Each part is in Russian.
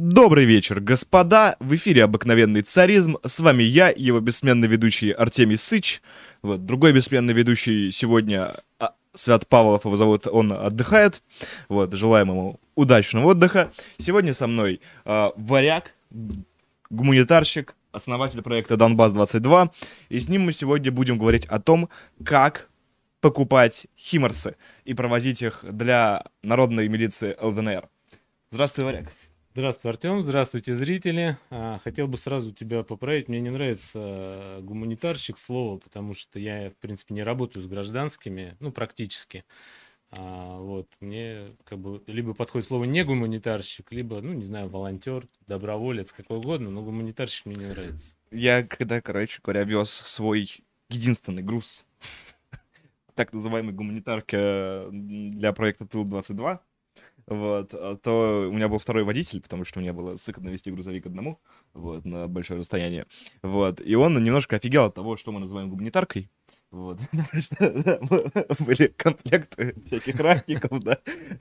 Добрый вечер, господа! В эфире «Обыкновенный царизм». С вами я, его бессменный ведущий Артемий Сыч. Вот, другой бессменный ведущий сегодня Свят Павлов, его зовут, он отдыхает. Вот, желаем ему удачного отдыха. Сегодня со мной Варяг, гуманитарщик, основатель проекта Донбасс-22. И с ним мы сегодня будем говорить о том, как покупать химарсы и провозить их для народной милиции ЛДНР. Здравствуй, Варяг. Здравствуй, Артем. Здравствуйте, зрители. Хотел бы сразу тебя поправить. Мне не нравится гуманитарщик слово, потому что я, в принципе, не работаю с гражданскими, ну, практически. Вот, мне как бы либо подходит слово не гуманитарщик, либо, ну, не знаю, волонтер, доброволец, какой угодно, но гуманитарщик мне не нравится. Я когда, короче говоря, вез свой единственный груз так называемой гуманитарки для проекта Тыл-22, вот, то у меня был второй водитель, потому что мне было сыкотно вести грузовик одному, вот, на большое расстояние, вот, и он немножко офигел от того, что мы называем гуманитаркой, вот, потому что были комплекты всяких ратников, да,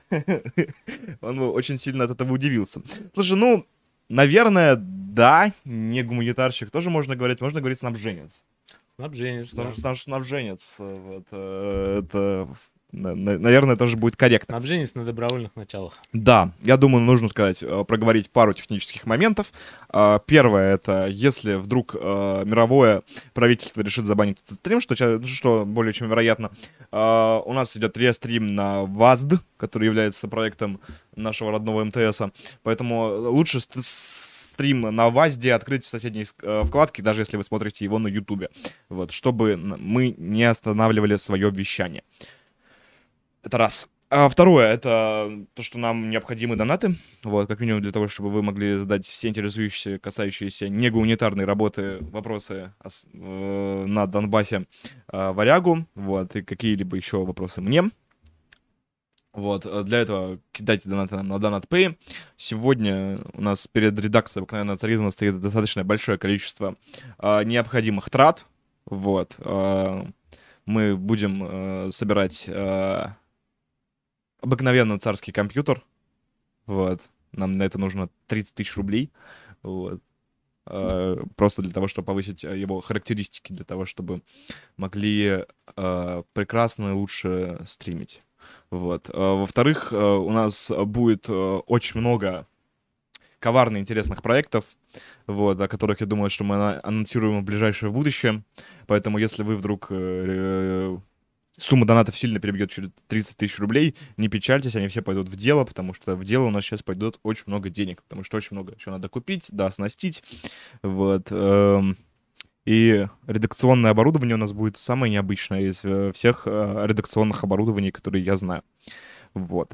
он очень сильно от этого удивился. Слушай, ну, наверное, да, не гуманитарщик тоже можно говорить снабженец. Снабженец, да. Снабженец, вот, это, наверное, тоже будет корректно. Снабженец на добровольных началах. Да, я думаю, нужно сказать, проговорить пару технических моментов. Первое, это если вдруг мировое правительство решит забанить этот стрим, что более чем вероятно, у нас идет рестрим на ВАЗД, который является проектом нашего родного МТСа, поэтому лучше стрим на ВАЗДе открыть в соседней вкладке, даже если вы смотрите его на Ютубе, вот, чтобы мы не останавливали свое вещание. Это раз. А второе, это то, что нам необходимы донаты, вот, как минимум для того, чтобы вы могли задать все интересующиеся, касающиеся не гуманитарной работы вопросы на Донбассе Варягу, вот, и какие-либо еще вопросы мне. Вот, для этого кидайте донаты нам на DonatPay. Сегодня у нас перед редакцией «Обыкновенного царизма» стоит достаточно большое количество необходимых трат, вот. Мы будем собирать обыкновенный царский компьютер, вот, нам на это нужно 30 тысяч рублей, вот, просто для того, чтобы повысить его характеристики, для того, чтобы могли прекрасно и лучше стримить, вот. Во-вторых, у нас будет очень много коварно интересных проектов, вот, о которых, я думаю, что мы анонсируем в ближайшее будущее, поэтому если вы вдруг сумма донатов сильно перебьет через 30 тысяч рублей, не печальтесь, они все пойдут в дело, потому что в дело у нас сейчас пойдет очень много денег, потому что очень много еще надо купить, да, оснастить, вот. И редакционное оборудование у нас будет самое необычное из всех редакционных оборудований, которые я знаю. Вот.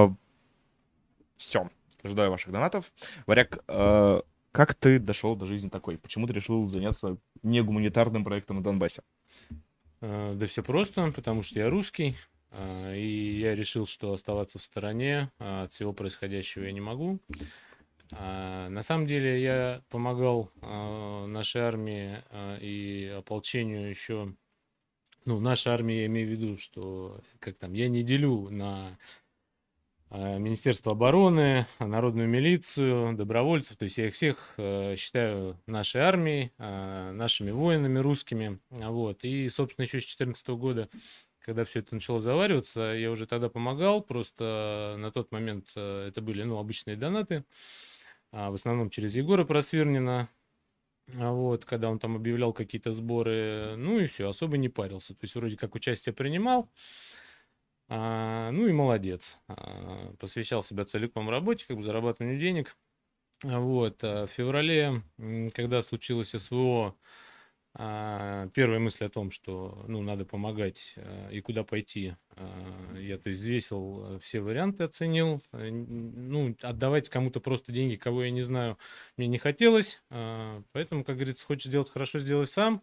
Все. Ожидаю ваших донатов. Варяг, как ты дошел до жизни такой? Почему ты решил заняться не гуманитарным проектом на Донбассе? Да все просто, потому что я русский, и я решил, что оставаться в стороне от всего происходящего я не могу. На самом деле я помогал нашей армии и ополчению еще, ну, наша армия, я имею в виду, что, как там, я не делю на Министерство обороны, народную милицию, добровольцев, то есть я их всех считаю нашей армией, нашими воинами русскими, вот, и, собственно, еще с 2014 года, когда все это начало завариваться, я уже тогда помогал, просто на тот момент это были, ну, обычные донаты, в основном через Егора Просвирнина, вот, когда он там объявлял какие-то сборы, ну и все, особо не парился, то есть вроде как участие принимал, ну и молодец. Посвящал себя целиком работе, как бы зарабатыванию денег. Вот. В феврале, когда случилось СВО, первая мысль о том, что, ну, надо помогать и куда пойти, я, то есть, взвесил все варианты, оценил. Ну, отдавать кому-то просто деньги, кого я не знаю, мне не хотелось. Поэтому, как говорится, хочешь сделать хорошо, сделай сам.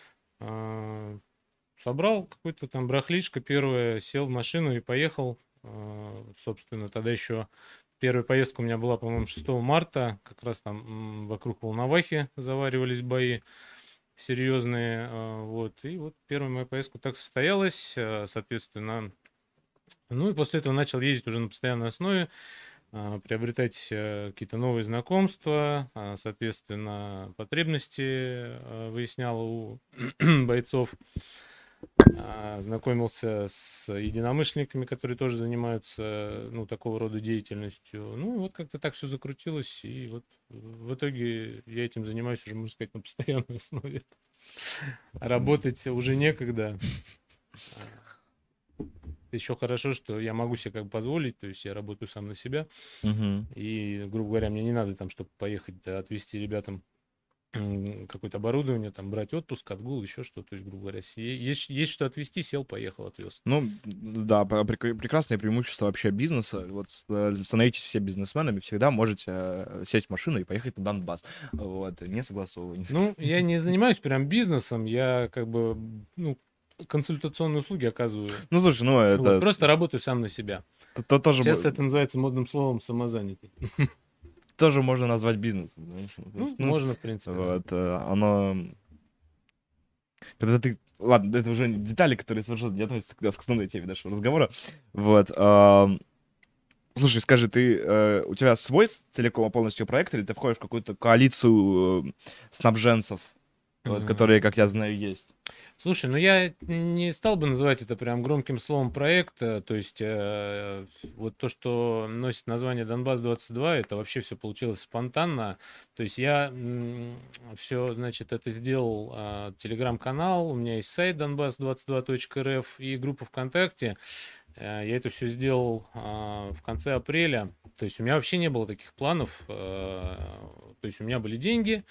Собрал какой-то там барахлишко первое, сел в машину и поехал. Собственно, тогда еще первая поездка у меня была, по-моему, 6 марта. Как раз там вокруг Волновахи заваривались бои серьезные. Вот. И вот первая моя поездка так состоялась. Соответственно, ну и после этого начал ездить уже на постоянной основе. приобретать какие-то новые знакомства, соответственно, потребности выяснял у бойцов, знакомился с единомышленниками, которые тоже занимаются, ну, такого рода деятельностью. Ну, вот как-то так все закрутилось, и вот в итоге я этим занимаюсь уже, можно сказать, на постоянной основе. Работать уже некогда. Еще хорошо, что я могу себе как бы позволить, то есть я работаю сам на себя, и, грубо говоря, мне не надо там, чтобы поехать отвезти ребятам какое-то оборудование, там, брать отпуск, отгул, еще что-то, то есть, грубо говоря, есть что отвезти, сел, поехал, отвез. Ну, да, прекрасное преимущество вообще бизнеса. Вот становитесь все бизнесменами, всегда можете сесть в машину и поехать на Донбасс. Вот, не согласовываясь. Ну, я не занимаюсь прям бизнесом, я как бы, ну, консультационные услуги оказываю. Ну, слушай, ну это... Вот, просто работаю сам на себя. То тоже, Сейчас это называется модным словом самозанятый. тоже можно назвать бизнесом. Знаешь? Ну, можно, в принципе. Вот, оно... Когда ты... Ладно, это уже детали, которые совершенно не относятся к основной теме нашего разговора. Вот. Слушай, скажи, у тебя свой целиком и полностью проект, или ты входишь в какую-то коалицию снабженцев, вот, которые, как я знаю, есть? Слушай, ну я не стал бы называть это прям громким словом проекта, то есть вот то, что носит название Донбасс-22, это вообще все получилось спонтанно, то есть я все, значит, это сделал, телеграм-канал, у меня есть сайт donbass22.rf и группа ВКонтакте, я это все сделал в конце апреля, то есть у меня вообще не было таких планов, то есть у меня были деньги,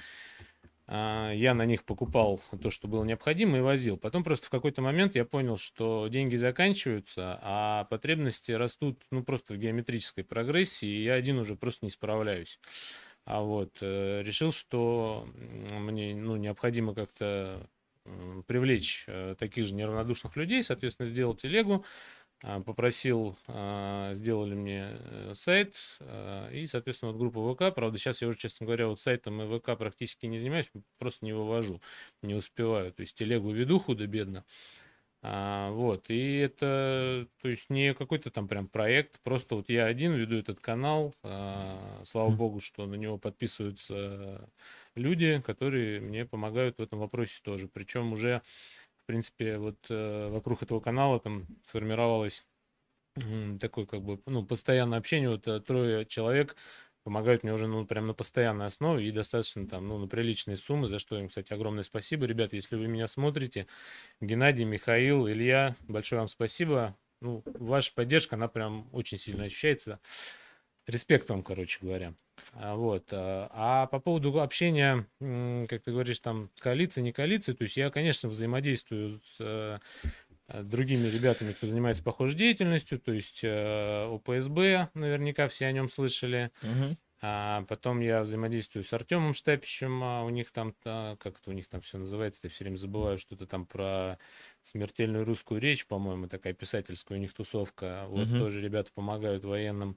я на них покупал то, что было необходимо, и возил. Потом просто в какой-то момент я понял, что деньги заканчиваются, а потребности растут, ну, просто в геометрической прогрессии, и я один уже просто не справляюсь. А вот решил, что мне, ну, необходимо как-то привлечь таких же неравнодушных людей, соответственно, сделал телегу, попросил, сделали мне сайт и, соответственно, вот группа ВК. Правда, сейчас я уже, честно говоря, вот сайтом и ВК практически не занимаюсь, просто не вывожу, не успеваю. То есть телегу веду худо-бедно. Вот, и это, то есть не какой-то там прям проект, просто вот я один веду этот канал, слава богу, что на него подписываются люди, которые мне помогают в этом вопросе тоже. Причем уже в принципе, вот вокруг этого канала там сформировалось такое как бы, ну, постоянное общение. Вот 3 человек помогают мне уже, ну, прям на постоянной основе и достаточно там, ну, на приличные суммы, за что им, кстати, огромное спасибо. Ребята, если вы меня смотрите, Геннадий, Михаил, Илья, большое вам спасибо. Ну, ваша поддержка, она прям очень сильно ощущается. Респект вам, короче говоря. Вот. А по поводу общения, как ты говоришь, там, коалиции, не коалиции, то есть я, конечно, взаимодействую с другими ребятами, кто занимается похожей деятельностью, то есть ОПСБ, наверняка все о нем слышали. А потом я взаимодействую с Артемом Штепичем, у них там, как это у них там все называется, я все время забываю, что-то там про смертельную русскую речь, по-моему, такая писательская у них тусовка. Вот тоже ребята помогают военным.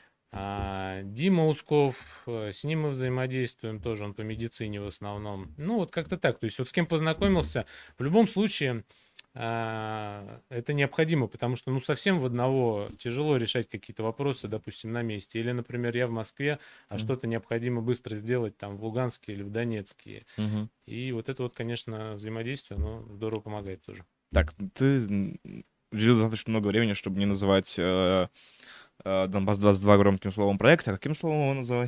Дима Усков, с ним мы взаимодействуем, тоже он по медицине в основном. Ну, вот как-то так. То есть вот с кем познакомился, в любом случае это необходимо, потому что, ну, совсем в одного тяжело решать какие-то вопросы, допустим, на месте. Или, например, я в Москве, а что-то необходимо быстро сделать там в Луганске или в Донецке. И вот это вот, конечно, взаимодействие, оно здорово помогает тоже. Так, ты уделил достаточно много времени, чтобы не называть Донбасс-22 громким словом проекта. А каким словом его называть?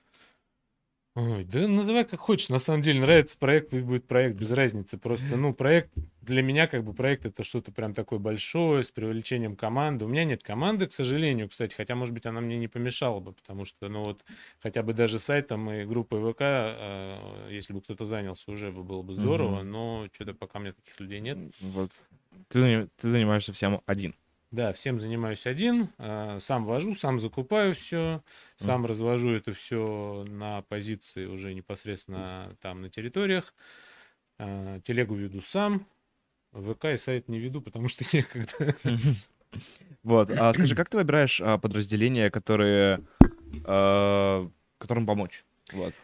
Ой, да называй как хочешь. На самом деле нравится проект, пусть будет проект, без разницы. Просто, ну, проект для меня, как бы, проект это что-то прям такое большое, с привлечением команды. У меня нет команды, к сожалению, кстати, хотя, может быть, она мне не помешала бы, потому что, ну, вот, хотя бы даже сайтом и группой ВК, если бы кто-то занялся, уже бы было бы здорово, но что-то пока у меня таких людей нет. Вот. Ты занимаешься всем один. Да, всем занимаюсь один, сам вожу, сам закупаю все, сам развожу это все на позиции уже непосредственно там на территориях, телегу веду сам, ВК и сайт не веду, потому что некогда. Вот, а скажи, как ты выбираешь подразделения, которым помочь? Вот.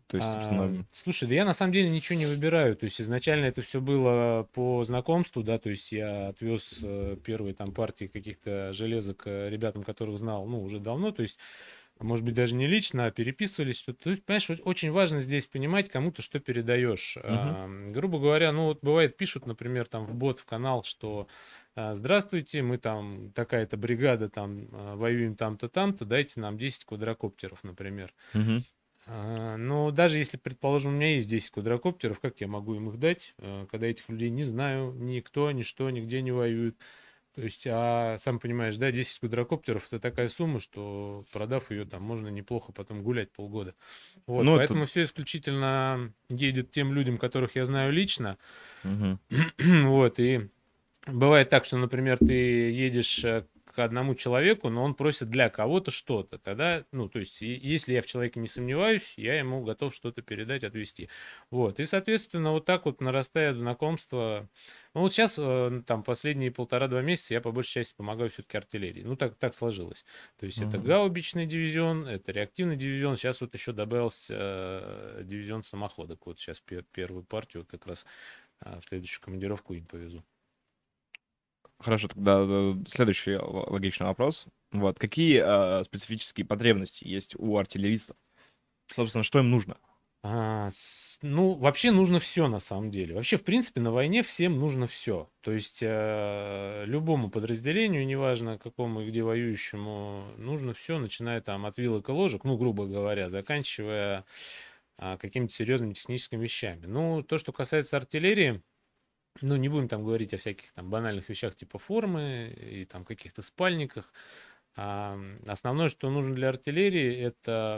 То есть, собственно... Слушай, да я на самом деле ничего не выбираю. То есть изначально это все было по знакомству, да, то есть я отвез первые там партии каких-то железок ребятам, которых знал, ну, уже давно, то есть, может быть, даже не лично, а переписывались что-то. То есть, понимаешь, очень важно здесь понимать, кому ты что передаешь. Мгм. Грубо говоря, ну, вот бывает, пишут, например, там в бот, в канал, что здравствуйте, мы там такая-то бригада, там воюем там-то, там-то, дайте нам 10 квадрокоптеров, например. Мгм. Но даже если, предположим, у меня есть 10 квадрокоптеров, как я могу им их дать, когда этих людей не знаю, никто, ничто, нигде не воюет. То есть, сам понимаешь, да, 10 квадрокоптеров это такая сумма, что продав ее, там можно неплохо потом гулять полгода. Вот, Ну, это... поэтому все исключительно едет тем людям, которых я знаю лично. Мгм. Вот, и бывает так, что, например, ты едешь к одному человеку, но он просит для кого-то что-то. Тогда, ну, то есть, если я в человеке не сомневаюсь, я ему готов что-то передать, отвести. Вот. И, соответственно, вот так вот нарастает знакомство. Ну, вот сейчас, там, последние 1,5-2 месяца я по большей части помогаю все-таки артиллерии. Ну, так сложилось. То есть, это Мгм. гаубичный дивизион, это реактивный дивизион. Сейчас вот еще добавился дивизион самоходок. Вот сейчас первую партию как раз в следующую командировку им повезу. Хорошо, тогда следующий логичный вопрос. Вот. Какие специфические потребности есть у артиллеристов? Собственно, что им нужно? Ну, вообще нужно все на самом деле. Вообще, в принципе, на войне всем нужно все. То есть любому подразделению, неважно какому и где воюющему, нужно все, начиная там от вилок и ложек, ну, грубо говоря, заканчивая какими-то серьезными техническими вещами. Ну, то, что касается артиллерии, ну, не будем там говорить о всяких там банальных вещах типа формы и там каких-то спальниках. Основное, что нужно для артиллерии, это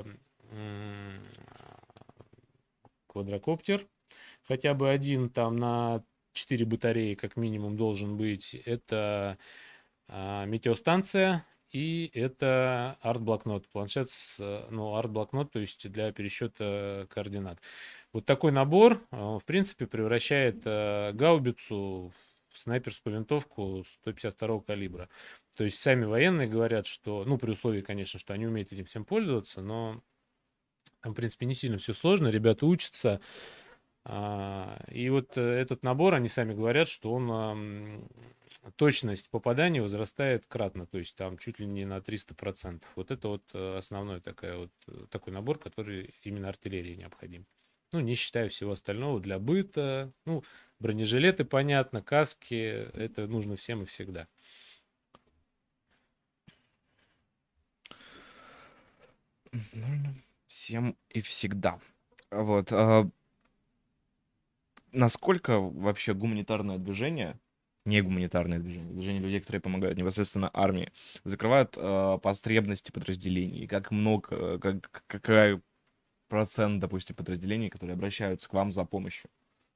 квадрокоптер, хотя бы один там на 4 батареи как минимум должен быть. Это метеостанция и это арт-блокнот. Планшет ну, арт-блокнот, то есть для пересчета координат. Вот такой набор, в принципе, превращает гаубицу в снайперскую винтовку 152 калибра. То есть сами военные говорят, что, ну, при условии, конечно, что они умеют этим всем пользоваться, но там, в принципе, не сильно все сложно, ребята учатся. И вот этот набор, они сами говорят, что он точность попадания возрастает кратно, то есть там чуть ли не на 300%. Вот это вот основной такой набор, который именно артиллерии необходим. Ну, не считая всего остального для быта. Ну, бронежилеты, понятно, каски, это нужно всем и всегда. Нужно всем и всегда. Вот. Насколько вообще гуманитарное движение, не гуманитарное движение, движение людей, которые помогают непосредственно армии, закрывают потребности подразделений? Как много, какая процент, допустим, подразделений, которые обращаются к вам за помощью?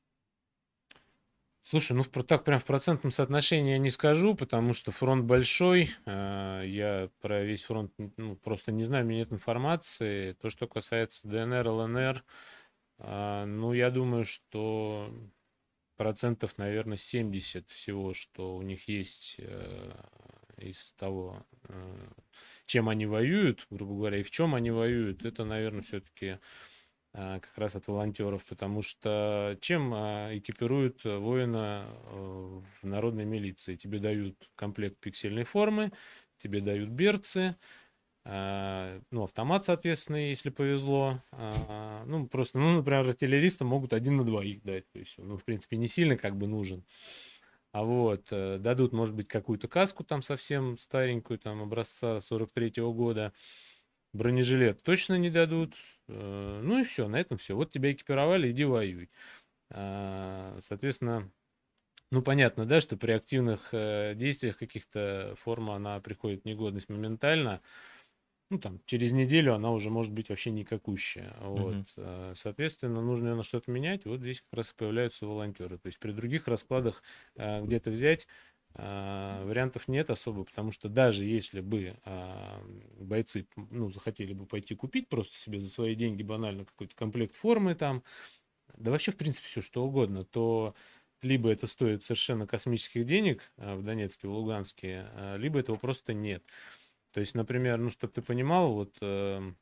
Слушай, ну так прям в процентном соотношении я не скажу, потому что фронт большой. Я про весь фронт ну, просто не знаю, у меня нет информации. То, что касается ДНР, ЛНР, ну, я думаю, что процентов, наверное, 70 всего, что у них есть из того, чем они воюют, грубо говоря, и в чем они воюют, это, наверное, все-таки как раз от волонтеров, потому что чем экипируют воина в народной милиции? Тебе дают комплект пиксельной формы, тебе дают берцы, ну, автомат, соответственно, если повезло. Ну, просто, ну, например, артиллеристам могут 1 на 2 дать, то есть, ну, в принципе, не сильно как бы нужен. А вот, дадут, может быть, какую-то каску там совсем старенькую, там, образца 43-го года, бронежилет точно не дадут. Ну и все, на этом все. Вот тебя экипировали, иди воюй. Соответственно, ну понятно, да, что при активных действиях каких-то форма, она приходит в негодность моментально. Ну там, через неделю она уже может быть вообще никакущая. Вот. Мгм. Соответственно, нужно ее на что-то менять. Вот здесь как раз и появляются волонтеры. То есть при других раскладах где-то взять вариантов нет особо, потому что даже если бы бойцы ну, захотели бы пойти купить просто себе за свои деньги банально какой-то комплект формы там, да вообще в принципе все что угодно, то либо это стоит совершенно космических денег в Донецке, в Луганске, либо этого просто нет. То есть, например, ну, чтобы ты понимал, вот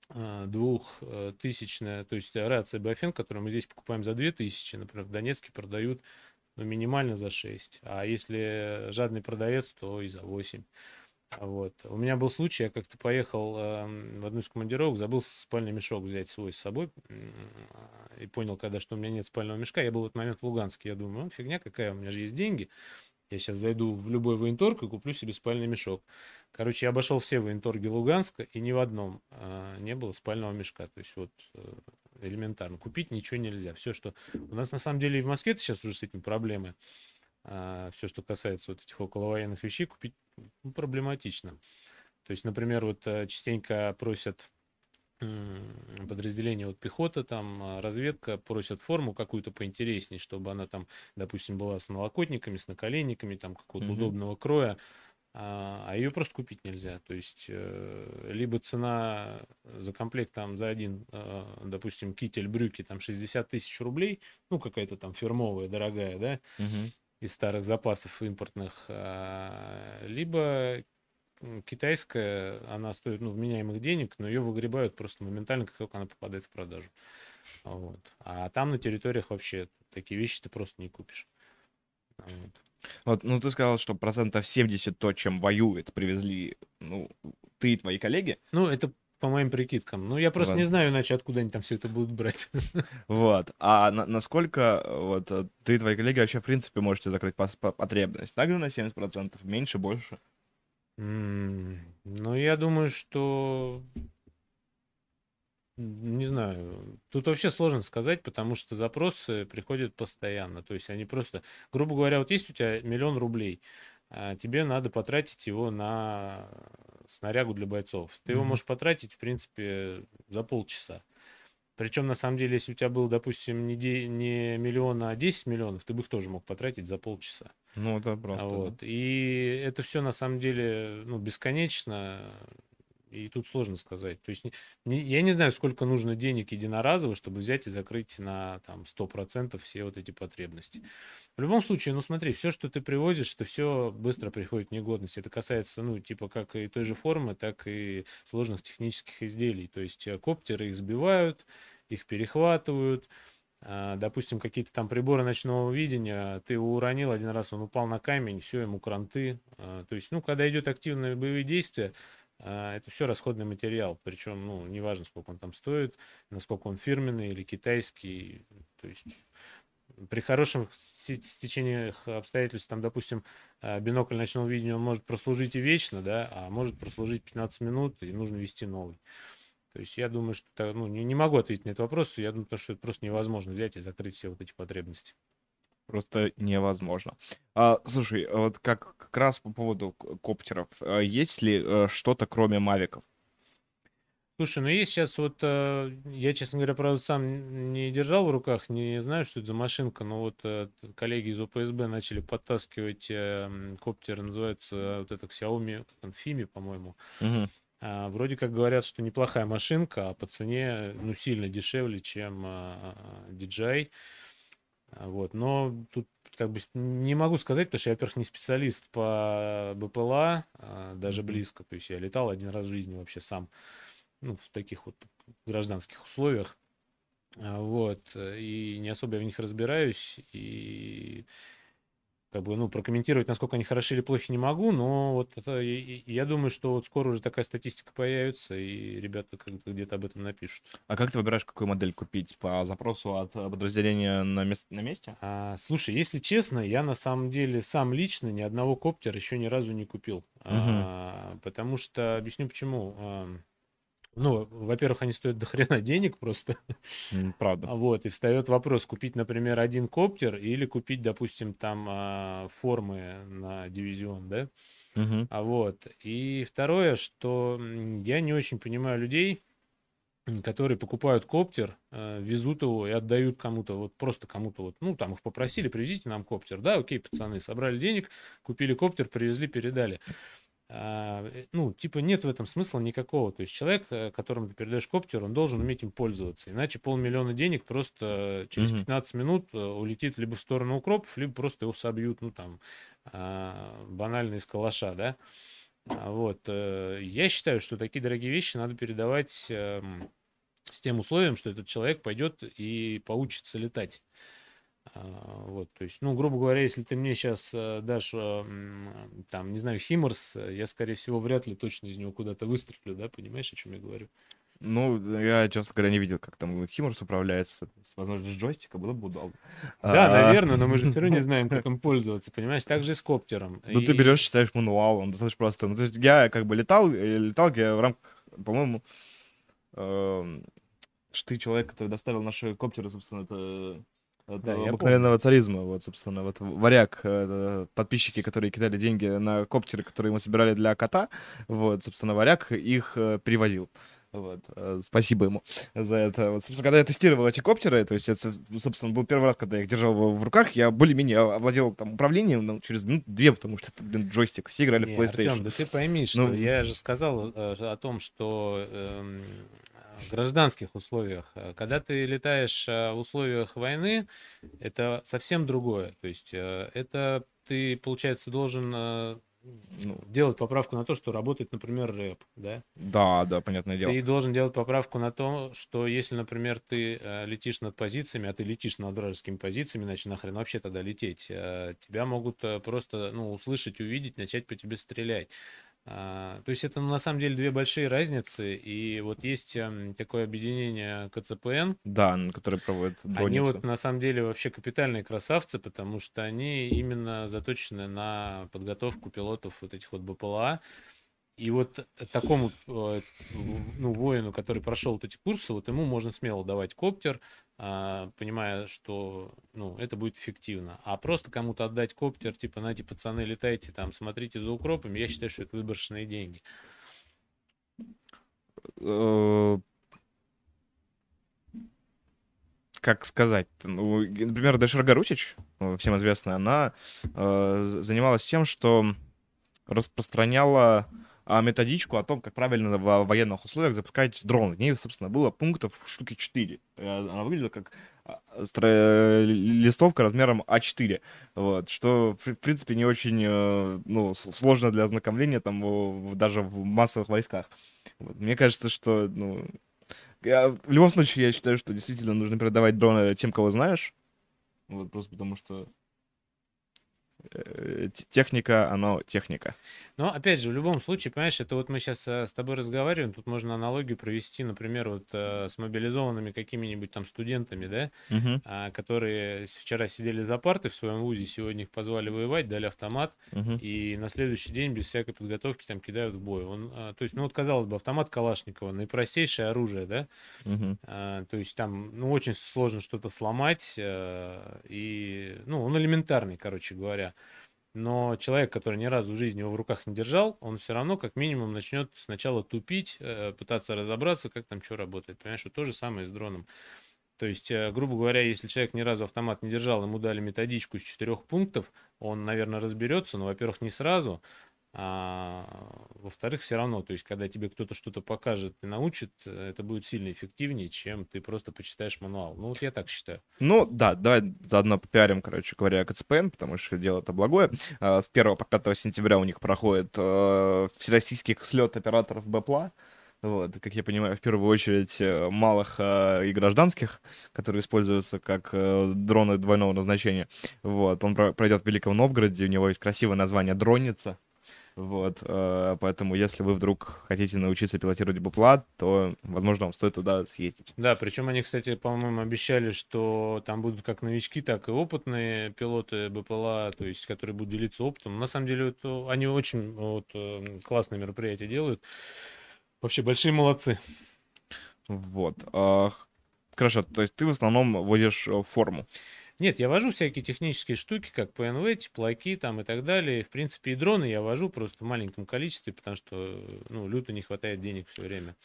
2000, то есть рация Биофен, которую мы здесь покупаем за 2000, например, в Донецке продают ну, минимально за 6. А если жадный продавец, то и за 8. Вот. У меня был случай, я как-то поехал в одну из командировок, забыл спальный мешок взять свой с собой и понял, когда что у меня нет спального мешка. Я был в этот момент в Луганске, я думаю, ну фигня какая, у меня же есть деньги. Я сейчас зайду в любой военторг и куплю себе спальный мешок. Короче, я обошел все военторги Луганска, и ни в одном не было спального мешка. То есть вот элементарно. Купить ничего нельзя. Все, что... У нас на самом деле и в Москве сейчас уже с этим проблемы. Все, что касается вот этих околовоенных вещей, купить ну, проблематично. То есть, например, вот частенько просят подразделения, вот пехота, там, разведка, просят форму какую-то поинтереснее, чтобы она там, допустим, была с налокотниками, с наколенниками, там, какого-то удобного кроя, а ее просто купить нельзя. То есть, либо цена за комплект, там, за один, допустим, китель, брюки, там, 60 тысяч рублей, ну, какая-то там фирмовая, дорогая, да, из старых запасов импортных, либо китайская, она стоит ну, вменяемых денег, но ее выгребают просто моментально, как только она попадает в продажу. Вот. А там на территориях вообще такие вещи ты просто не купишь. Вот. Вот, ну, ты сказал, что 70% то, чем воюет, привезли, ну, ты и твои коллеги. Ну, это по моим прикидкам. Ну, я просто не Вот. знаю, иначе откуда они там все это будут брать. Вот. А насколько вот ты и твои коллеги вообще, в принципе, можете закрыть потребность? Также на 70%? Меньше, больше? Ну, я думаю, что не знаю. Тут вообще сложно сказать, потому что запросы приходят постоянно. То есть они просто, грубо говоря, вот есть у тебя 1 000 000 рублей, тебе надо потратить его на снарягу для бойцов. Ты его Мгм. можешь потратить, в принципе, за полчаса. Причем, на самом деле, если у тебя был, допустим, не миллион, а 10 миллионов, ты бы их тоже мог потратить за полчаса. Ну, это просто, да. Вот. И это все на самом деле ну, бесконечно. И тут сложно сказать. То есть я не знаю, сколько нужно денег единоразово, чтобы взять и закрыть на там, 100% все вот эти потребности. В любом случае, ну смотри, все, что ты привозишь, это все быстро приходит в негодность. Это касается, ну, типа, как и той же формы, так и сложных технических изделий. То есть коптеры их сбивают, их перехватывают. Допустим, какие-то там приборы ночного видения, ты его уронил один раз, он упал на камень, все, ему кранты. То есть, ну, когда идет активные боевые действия, это все расходный материал, причем, ну, неважно, сколько он там стоит, насколько он фирменный или китайский, то есть при хорошем стечении обстоятельств, там, допустим, бинокль ночного видения, он может прослужить и вечно, да, а может прослужить 15 минут, и нужно вести новый. То есть я думаю, что, ну, не могу ответить на этот вопрос, я думаю, что это просто невозможно взять и закрыть все вот эти потребности. Просто невозможно. Слушай, вот как раз по поводу коптеров. Есть ли что-то, кроме мавиков? Слушай, ну есть сейчас вот, я, честно говоря, правда, сам не держал в руках, не знаю, что это за машинка, но вот коллеги из ОПСБ начали подтаскивать коптеры, называются вот это Xiaomi, как он, Fimi, по-моему. Мгм. Вроде как говорят, что неплохая машинка, а по цене, ну, сильно дешевле, чем DJI. Вот, но тут как бы не могу сказать, потому что я, во-первых, не специалист по БПЛА, даже Мгм. близко. То есть я летал один раз в жизни вообще сам, ну, в таких вот гражданских условиях. Вот, и не особо я в них разбираюсь, и как бы, ну, прокомментировать, насколько они хороши или плохи, не могу, но вот это, я думаю, что вот скоро уже такая статистика появится, и ребята как-то где-то об этом напишут. А как ты выбираешь, какую модель купить? По запросу от подразделения на месте? Слушай, если честно, я на самом деле сам лично ни одного коптера еще ни разу не купил. Мгм. Потому что, объясню почему. Ну, во-первых, они стоят до хрена денег просто. Правда. Вот, и встает вопрос, купить, например, один коптер или купить, допустим, там формы на дивизион, да? Мгм. Вот. И второе, что я не очень понимаю людей, которые покупают коптер, везут его и отдают кому-то, вот просто кому-то, вот, ну, там их попросили, привезите нам коптер. Да, окей, пацаны, собрали денег, купили коптер, привезли, передали. Ну, типа, нет в этом смысла никакого. То есть человек, которому ты передаешь коптер, он должен уметь им пользоваться. Иначе 500 000 денег просто через Мгм. 15 минут улетит либо в сторону укропов, либо просто его собьют, ну, там, банально из калаша, да. Вот. Я считаю, что такие дорогие вещи надо передавать с тем условием, что этот человек пойдет и поучится летать. Вот, то есть, ну, грубо говоря, если ты мне сейчас дашь, там, не знаю, Химарс, я, скорее всего, вряд ли точно из него куда-то выстрелю, да, понимаешь, о чем я говорю? Ну, я, честно говоря, не видел, как там Химарс управляется. Возможно, с джойстика было бы удобно. Да, А, наверное, но мы же все равно не знаем, как им пользоваться, понимаешь? Так же и с коптером. Ну, ты берешь, читаешь мануал, он достаточно просто. Ну, то есть я как бы летал я в рамках, по-моему, эм, что ты человек, который доставил наши коптеры, собственно, это от Да, я помню. обыкновенного царизма. Вот, собственно, вот варяг, подписчики, которые кидали деньги на коптеры, которые мы собирали для кота, вот, собственно, варяг их перевозил. Вот, спасибо ему за это. Вот, собственно, когда я тестировал эти коптеры, то есть это, собственно, был первый раз, когда я их держал в руках, я более-менее овладел там управлением, ну, через минут две, потому что это, блин, джойстик, все играли в Не, PlayStation. Артем, да ты пойми, что Ну, я же сказал о том, что в гражданских условиях, когда ты летаешь в условиях войны, это совсем другое. То есть это ты, получается, должен ну, делать поправку на то, что работает, например, рэп, да? да, да, понятное дело. Ты должен делать поправку на то, что если, например, ты летишь над позициями, а ты летишь над вражескими позициями, иначе нахрен вообще тогда лететь, тебя могут просто, ну, услышать, увидеть, начать по тебе стрелять. То есть это на самом деле две большие разницы, и вот есть такое объединение КЦПН, Да, который проводит они вот дронницу. на самом деле вообще капитальные красавцы, потому что они именно заточены на подготовку пилотов вот этих вот БПЛА. И вот такому ну, воину, который прошел вот эти курсы, вот ему можно смело давать коптер, понимая, что ну, это будет эффективно. А просто кому-то отдать коптер, типа, нате, пацаны, летайте там, смотрите за укропами, я считаю, что это выброшенные деньги. Э, Как сказать? Ну, например, Дашарга Русич, всем известная, она занималась тем, что распространяла методичку о том, как правильно в военных условиях запускать дрон. В ней, собственно, было пунктов штуки 4. Она выглядела как листовка размером А4. Вот, что, в принципе, не очень ну, сложно для ознакомления там, даже в массовых войсках. Вот. Мне кажется, что ну, в любом случае, я считаю, что действительно нужно передавать дроны тем, кого знаешь. Вот, просто потому что техника, оно техника. Но, опять же, в любом случае, понимаешь, это вот мы сейчас с тобой разговариваем, тут можно аналогию провести, например, вот с мобилизованными какими-нибудь там студентами, да, Мгм, которые вчера сидели за партой в своем вузе, сегодня их позвали воевать, дали автомат, мгм. и на следующий день без всякой подготовки там кидают в бой. То есть, ну вот казалось бы, автомат Калашникова, наипростейшее оружие, да, Мгм. то есть там, ну, очень сложно что-то сломать, и, ну, он элементарный, короче говоря. Но человек, который ни разу в жизни его в руках не держал, он все равно как минимум начнет сначала тупить, пытаться разобраться, как там что работает. Понимаешь, вот то же самое с дроном. То есть, грубо говоря, если человек ни разу автомат не держал, ему дали методичку из 4 пунктов, он, наверное, разберется, но, во-первых, не сразу, а во-вторых, все равно, то есть, когда тебе кто-то что-то покажет и научит, это будет сильно эффективнее, чем ты просто почитаешь мануал. Ну, вот я так считаю. Ну, да, давай заодно попиарим, короче говоря, КЦПН, потому что дело-то благое. С 1 по 5 сентября у них проходит всероссийский слет операторов БПЛА. Вот, как я понимаю, в первую очередь малых и гражданских, которые используются как дроны двойного назначения. Вот, он пройдет в Великом Новгороде, у него есть красивое название «Дронница». Вот, поэтому если вы вдруг хотите научиться пилотировать БПЛА, то, возможно, вам стоит туда съездить. Да, причем они, кстати, по-моему, обещали, что там будут как новички, так и опытные пилоты БПЛА, то есть, которые будут делиться опытом. На самом деле, они очень вот, классные мероприятия делают. Вообще большие молодцы. Вот. Хорошо, то есть ты в основном водишь форму. Нет, я вожу всякие технические штуки, как ПНВ, теплаки там и так далее. В принципе, и дроны я вожу просто в маленьком количестве, потому что, ну, люто не хватает денег все время.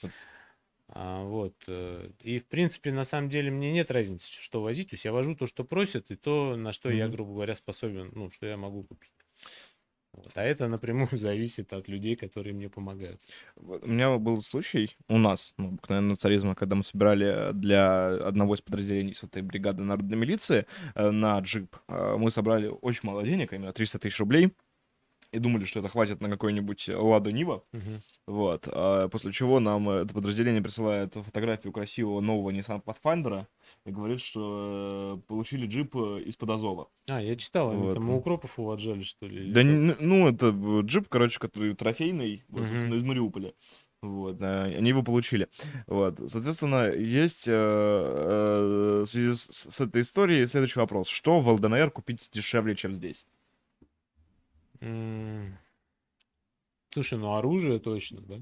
И, в принципе, на самом деле мне нет разницы, что возить. То есть я вожу то, что просят, и то, на что я, Мгм. грубо говоря, способен, ну, что я могу купить. Вот. А это напрямую зависит от людей, которые мне помогают. Вот у меня был случай у нас, ну, обыкновенно царизма, когда мы собирали для одного из подразделений этой бригады народной милиции на джип. Мы собрали очень мало денег, именно 300 тысяч рублей. и думали, что это хватит на какой-нибудь Лада Нива. Мгм. Вот. После чего нам это подразделение присылает фотографию красивого нового Nissan Pathfinder и говорит, что получили джип из-под Азова. Я читал, они Вот. там у укропов его отжали, что ли, или Да, как? ну, это джип, короче, который трофейный, вот, Мгм. собственно, из Мариуполя. Вот, они его получили. Вот, соответственно, есть в связи с этой историей следующий вопрос. Что в ЛДНР купить дешевле, чем здесь? М, Слушай, ну оружие точно, да?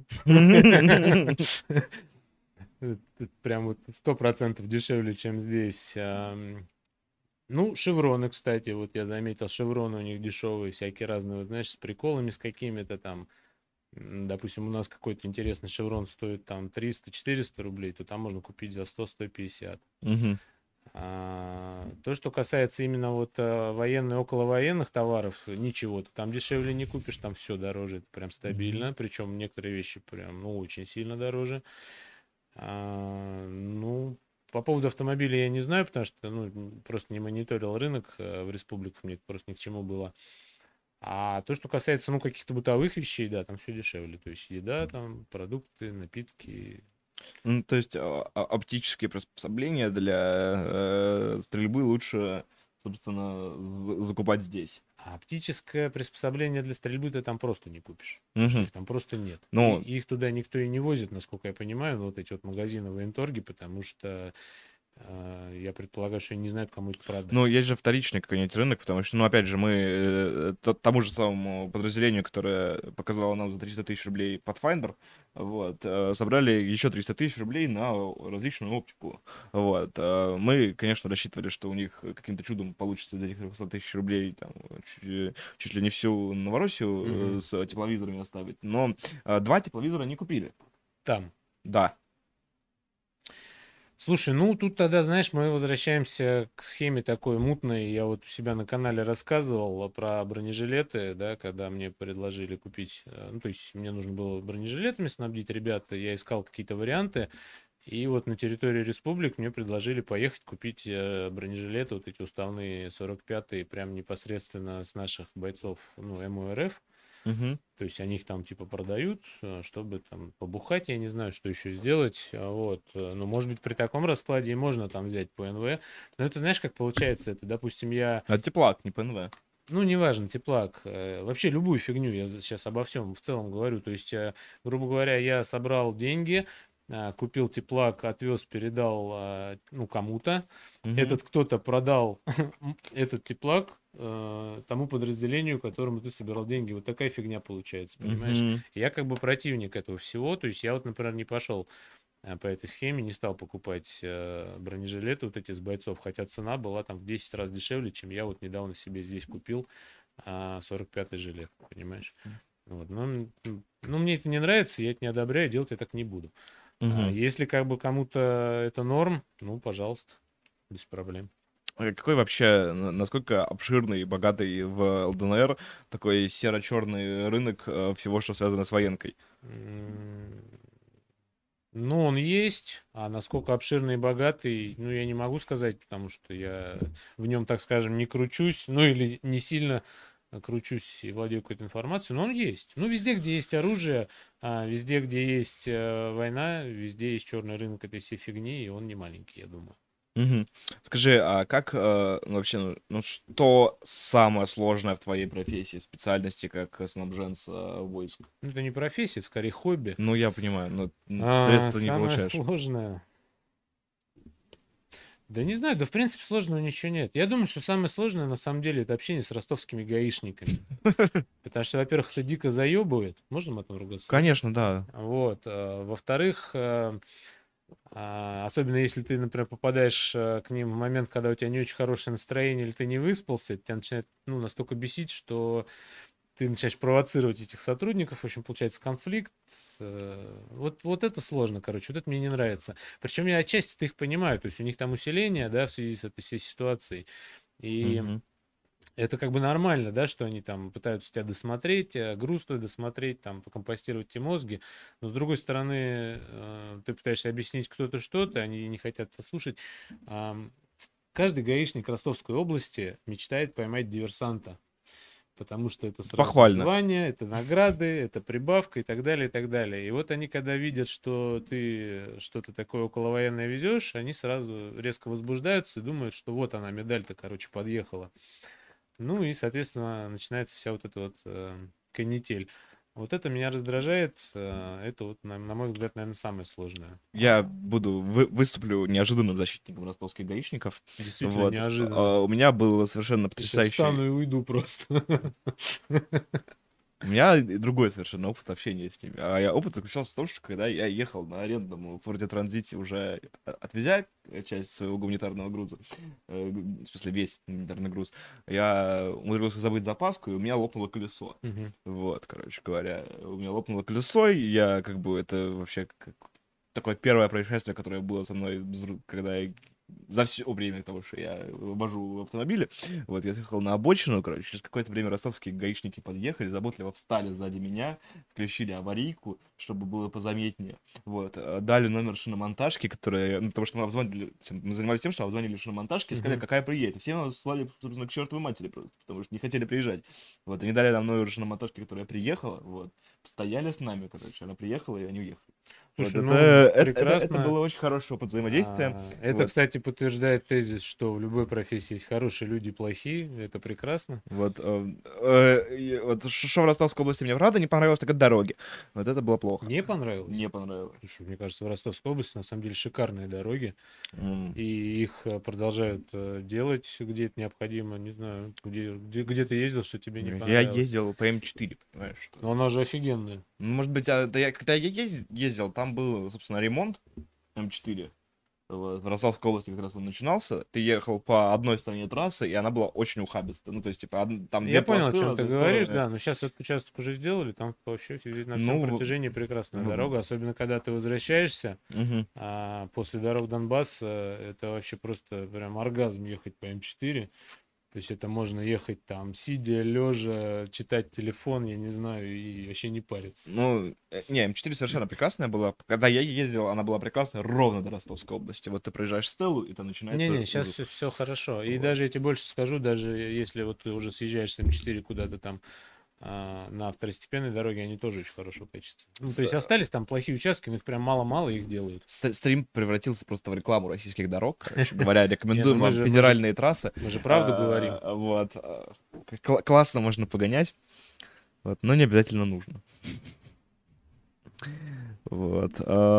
Это прям вот 100% дешевле, чем здесь. Ну, шевроны, кстати, вот я заметил, шевроны у них дешевые, всякие разные, вот, знаешь, с приколами с какими-то там. Допустим, у нас какой-то интересный шеврон стоит там 300-400 рублей, то там можно купить за 100-150. Мгм. То, что касается именно вот военных, околовоенных товаров, ничего, ты там дешевле не купишь, там все дороже, это прям Мгм. стабильно, причем некоторые вещи прям, ну, очень сильно дороже. Ну, по поводу автомобиля я не знаю, потому что, ну, просто не мониторил рынок в республиках, мне это просто ни к чему было. А то, что касается, ну, каких-то бытовых вещей, да, там все дешевле. То есть еда, там, продукты, напитки. Ну, то есть оптические приспособления для стрельбы лучше, собственно, закупать здесь. А оптическое приспособление для стрельбы ты там просто не купишь. Потому что Мгм. их там просто нет. И Ну, их туда никто и не возит, насколько я понимаю, ну, вот эти вот магазины военторги, потому что я предполагаю, что они не знают, кому это Ну, продать. есть же вторичный какой-нибудь рынок, потому что, ну, опять же, мы тому же самому подразделению, которое показало нам за 300 тысяч рублей Pathfinder, вот, собрали еще 300 тысяч рублей на различную оптику. Вот. Мы, конечно, рассчитывали, что у них каким-то чудом получится из этих 300 тысяч рублей там, чуть ли не всю Новороссию Мгм. с тепловизорами оставить, но два тепловизора не купили. Там. Да. Слушай, ну тут тогда, знаешь, мы возвращаемся к схеме такой мутной. Я вот у себя на канале рассказывал про бронежилеты, да, когда мне предложили купить, ну то есть мне нужно было бронежилетами снабдить ребят, я искал какие-то варианты, и вот на территории республик мне предложили поехать купить бронежилеты, вот эти уставные 45-е, прям непосредственно с наших бойцов, ну, МОРФ. Мгм. То есть они их там типа продают, чтобы там побухать, я не знаю, что еще сделать. Вот. Но может быть при таком раскладе и можно там взять по НВ. Но это знаешь, как получается? Это, допустим, я, А теплак, не ПНВ. ну, неважно, теплак, вообще любую фигню, я сейчас обо всем в целом говорю. То есть, грубо говоря, я собрал деньги, купил теплак, отвез, передал, ну, кому-то. Мгм. Этот кто-то продал этот теплак тому подразделению, которому ты собирал деньги. Вот такая фигня получается, понимаешь? Мгм. Я как бы противник этого всего. То есть я вот, например, не пошел по этой схеме, не стал покупать бронежилеты вот эти с бойцов, хотя цена была там в 10 раз дешевле, чем я вот недавно себе здесь купил 45-й жилет, понимаешь? Вот. Ну, мне это не нравится, я это не одобряю, делать я так не буду. Мгм. Если как бы кому-то это норм, ну, пожалуйста, без проблем. Какой вообще, насколько обширный и богатый в ЛДНР такой серо-черный рынок всего, что связано с военкой? М, Ну, он есть, а насколько обширный и богатый, ну, я не могу сказать, потому что я в нем, так скажем, не кручусь, ну, или не сильно кручусь и владею какой-то информацией, но он есть. Ну, везде, где есть оружие, везде, где есть война, везде есть черный рынок этой всей фигни, и он не маленький, я думаю. Мгм. Скажи, а как вообще, ну, что самое сложное в твоей профессии, специальности, как снабженца войск? Ну, это не профессия, это скорее хобби. Ну, я понимаю, но средства не Самое получаешь. сложное. Да не знаю, да в принципе сложного ничего нет. Я думаю, что самое сложное на самом деле это общение с ростовскими гаишниками. Потому что, во-первых, это дико заебывает. Можно матом ругаться, да? Конечно, да. Вот. Во-вторых, особенно если ты, например, попадаешь к ним в момент, когда у тебя не очень хорошее настроение или ты не выспался, это тебя начинает, ну, настолько бесить, что ты начинаешь провоцировать этих сотрудников, в общем, получается конфликт. Вот это сложно, короче, вот это мне не нравится. Причем я отчасти их понимаю, то есть у них там усиление, да, в связи с этой всей ситуацией. И Мгм. это как бы нормально, да, что они там пытаются тебя досмотреть, груз твой досмотреть, там, покомпостировать те мозги. Но с другой стороны, ты пытаешься объяснить кто-то что-то, они не хотят тебя слушать. Ам, Каждый гаишник Ростовской области мечтает поймать диверсанта. потому что это сразу Похвально. звание, это награды, это прибавка и так далее, и так далее. И вот они, когда видят, что ты что-то такое околовоенное везешь, они сразу резко возбуждаются и думают, что вот она, медаль-то, короче, подъехала. Ну и, соответственно, начинается вся вот эта вот канитель. Вот это меня раздражает. Это вот, на мой взгляд, наверное, самое сложное. Я выступлю неожиданным защитником ростовских гаишников. Действительно Вот. неожиданно. У меня был совершенно Я сейчас потрясающий... встану и уйду просто. У меня другой совершенно опыт общения с ними. А опыт заключался в том, что когда я ехал на арендном Форде Транзите, уже отвезя часть своего гуманитарного груза, в смысле весь гуманитарный груз, я умудрился забыть запаску, и у меня лопнуло колесо. Вот, короче говоря, у меня лопнуло колесо, и я как бы это вообще такое первое происшествие, которое было со мной, когда я за все время того, что я вожу автомобили. Вот, я съехал на обочину, короче, через какое-то время ростовские гаишники подъехали, заботливо встали сзади меня, включили аварийку, чтобы было позаметнее. Вот, дали номер шиномонтажки, которые, ну, потому что мы занимались тем, что обзвонили шиномонтажки и сказали, какая приедет. Все нас слали, собственно, к чертовой матери просто, потому что не хотели приезжать. Вот, они дали нам номер шиномонтажки, которая приехала, вот, стояли с нами, короче, она приехала, и они уехали. Слушай, Вот, ну, это было очень хорошее опыт взаимодействия. Это, Вот. кстати, подтверждает тезис, что в любой профессии есть хорошие люди и плохие. Это прекрасно. Вот, что в Ростовской области мне правда не понравилось, так это дороги. Вот это было плохо. Не понравилось? Не понравилось. Слушай, мне кажется, в Ростовской области на самом деле шикарные дороги. М. И их продолжают делать, где это необходимо. Не знаю, где ты ездил, что тебе не Я понравилось. ездил по М4, понимаешь? Что... Но она же офигенная. Ну, может быть, когда я ездил, там был, собственно, ремонт М4. Вот, в Ростовской области как раз он начинался. Ты ехал по одной стороне трассы, и она была очень ухабистая. Ну, то есть, типа, там Я две понял, о полосы в чем ты разные говоришь, стороны. да, но сейчас этот участок уже сделали, там вообще на всем Ну, протяжении прекрасная ну, дорога, особенно когда ты возвращаешься Мгм. после дорог Донбасса, это вообще просто прям оргазм ехать по М4. То есть это можно ехать там, сидя, лежа, читать телефон, я не знаю, и вообще не париться. Ну, не, М4 совершенно прекрасная была. Когда я ездил, она была прекрасная ровно до Ростовской области. Вот ты проезжаешь Стеллу, и там начинается Не-не, сейчас ужас. все хорошо. И Вот. даже я тебе больше скажу, даже если вот ты уже съезжаешь с М4 куда-то там на второстепенной дороге, они тоже очень хорошего качества. Ну, то есть остались там плохие участки, но их прям мало-мало их делают. Стрим превратился просто в рекламу российских дорог. Короче говоря, рекомендуем мы вам же- федеральные трассы. Мы же правду говорим. Вот. Классно можно погонять, вот, но не обязательно нужно. Вот.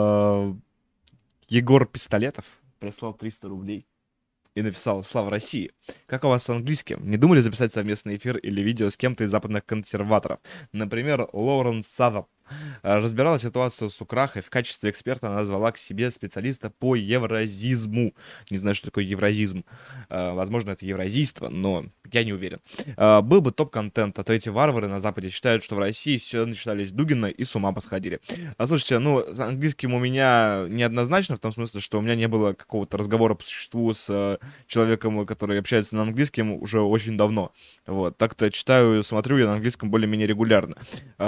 Егор Пистолетов прислал 300 рублей и написал: «Слава России! Как у вас с английским? Не думали записать совместный эфир или видео с кем-то из западных консерваторов? Например, Лоуренс Садов разбирала ситуацию с Украхой. В качестве эксперта она назвала к себе специалиста по евразизму». Не знаю, что такое евразизм. Возможно, это евразийство, но я не уверен. Был бы топ-контент, а то эти варвары на Западе считают, что в России все начинались Дугина и с ума посходили. Слушайте, ну, с английским у меня неоднозначно, в том смысле, что у меня не было какого-то разговора по существу с человеком, который общается на английском уже очень давно. Вот. Так-то читаю, смотрю я на английском более-менее регулярно.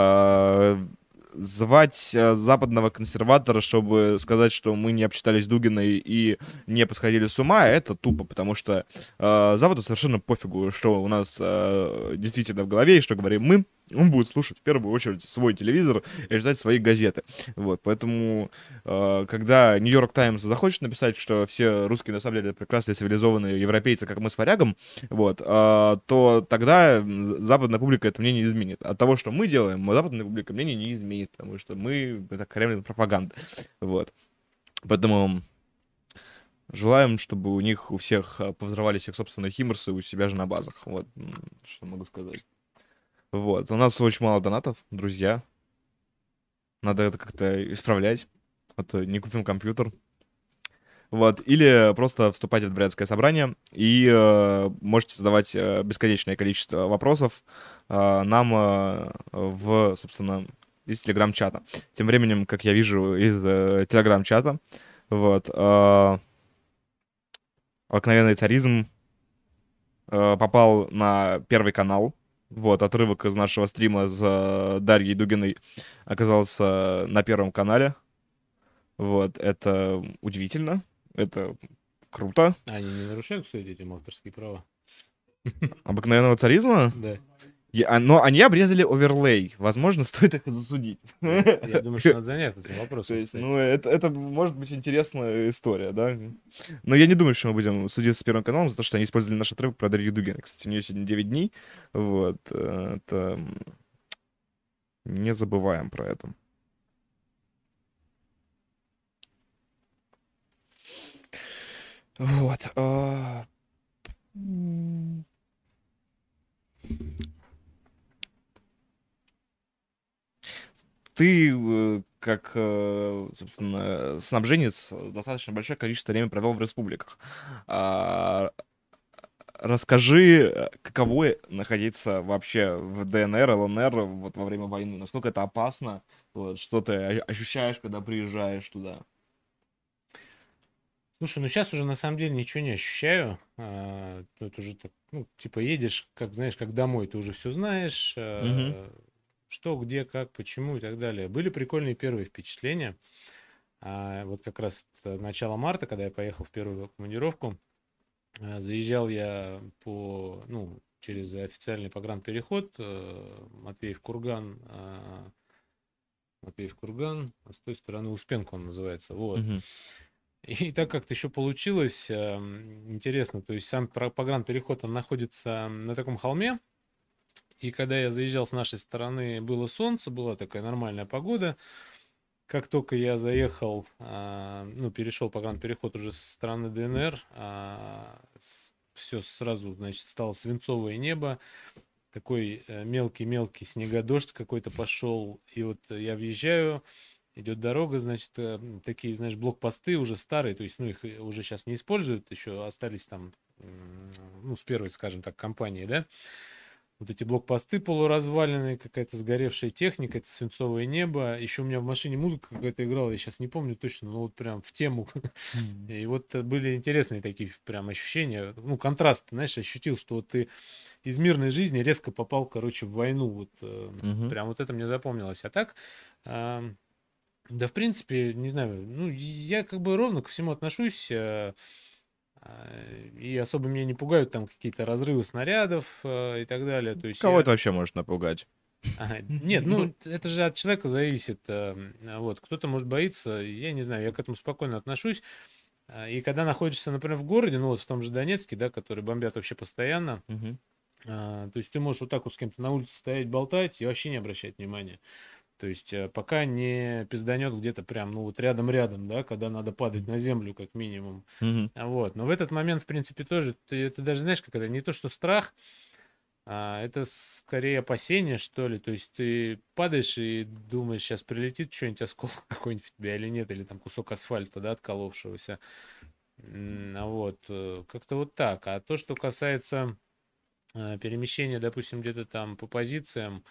Звать западного консерватора, чтобы сказать, что мы не обчитались Дугиной и не посходили с ума, это тупо, потому что Западу совершенно пофигу, что у нас действительно в голове и что говорим мы. Он будет слушать в первую очередь свой телевизор и читать свои газеты. Вот, поэтому, когда Нью-Йорк Таймс захочет написать, что все русские на самом деле прекрасные цивилизованные европейцы, как мы с Варягом, вот, то тогда западная публика это мнение изменит. От того, что мы делаем, западная публика мнение не изменит, потому что мы это Кремль пропаганда. Вот. Поэтому желаем, чтобы у них у всех повзрывались их собственные химерсы у себя же на базах. Вот, что могу сказать. Вот, у нас очень мало донатов, друзья. Надо это как-то исправлять. А то не купим компьютер. Вот, или просто вступать в дворянское собрание и можете задавать бесконечное количество вопросов нам собственно, из телеграм-чата. Тем временем, как я вижу из телеграм-чата, вот, обыкновенный царизм попал на Первый канал. Вот, отрывок из нашего стрима с Дарьей Дугиной оказался на Первом канале. Вот, это удивительно, это круто. Они не нарушают, кстати, этим авторские права? Обыкновенного царизма? Да. Но они обрезали оверлей. Возможно, стоит их засудить. Я думаю, что надо заняться этим То вопросом, есть, кстати. ну, это может быть интересная история, да? Но я не думаю, что мы будем судиться с Первым каналом за то, что они использовали наш отрывок про Дарью Дугина. Кстати, у нее сегодня 9 дней. Вот. Это... Не забываем про это. Вот. Ты, как, собственно, снабженец, достаточно большое количество времени провел в республиках. А, Расскажи, каково находиться вообще в ДНР, ЛНР вот во время войны? Насколько это опасно? Вот, что ты ощущаешь, когда приезжаешь туда? Слушай, ну сейчас уже на самом деле ничего не ощущаю. Тут уже так, ну, типа едешь, как знаешь, как домой, ты уже все знаешь, Мгм. что, где, как, почему и так далее. Были прикольные первые впечатления. Вот как раз начало марта, когда я поехал в первую командировку, заезжал я ну, через официальный погранпереход Матвеев-Курган, Матвеев-Курган, а с той стороны Успенка он называется. Вот. Мгм. И так как-то еще получилось интересно, то есть сам погранпереход, он находится на таком холме, и когда я заезжал с нашей стороны, было солнце, была такая нормальная погода. Как только я заехал, ну, перешел погранпереход уже со стороны ДНР, все сразу, значит, стало свинцовое небо, такой мелкий-мелкий снегодождь какой-то пошел, и вот я въезжаю, идет дорога, значит, такие, знаешь, блокпосты уже старые, то есть, ну, их уже сейчас не используют, еще остались там, ну, с первой, скажем так, компании, да, вот эти блокпосты полуразваленные, какая-то сгоревшая техника, это свинцовое небо. Еще у меня в машине музыка какая-то играла, я сейчас не помню точно, но вот прям в тему. Мгм. И вот были интересные такие прям ощущения. Ну, контраст, знаешь, ощутил, что вот ты из мирной жизни резко попал, короче, в войну. Вот Мгм. прям вот это мне запомнилось. А так, а, да, в принципе, не знаю, ну, я как бы ровно ко всему отношусь. И особо меня не пугают там какие-то разрывы снарядов и так далее. То есть Кого я... это вообще может напугать? Нет, ну это же от человека зависит. Вот, кто-то может боиться, я не знаю, я к этому спокойно отношусь. И когда находишься, например, в городе, ну вот в том же Донецке, да, который бомбят вообще постоянно, Мгм. то есть ты можешь вот так вот с кем-то на улице стоять, болтать и вообще не обращать внимания. То есть пока не пизданет где-то прям, ну вот рядом-рядом, да, когда надо падать на землю как минимум. Мгм. Вот. Но в этот момент, в принципе, тоже, ты даже знаешь, как это, не то, что страх, это скорее опасение, что ли. То есть ты падаешь и думаешь, сейчас прилетит что-нибудь, осколок какой-нибудь в тебя или нет, или там кусок асфальта, да, отколовшегося. Вот. Как-то вот так. А то, что касается перемещения, допустим, где-то там по позициям,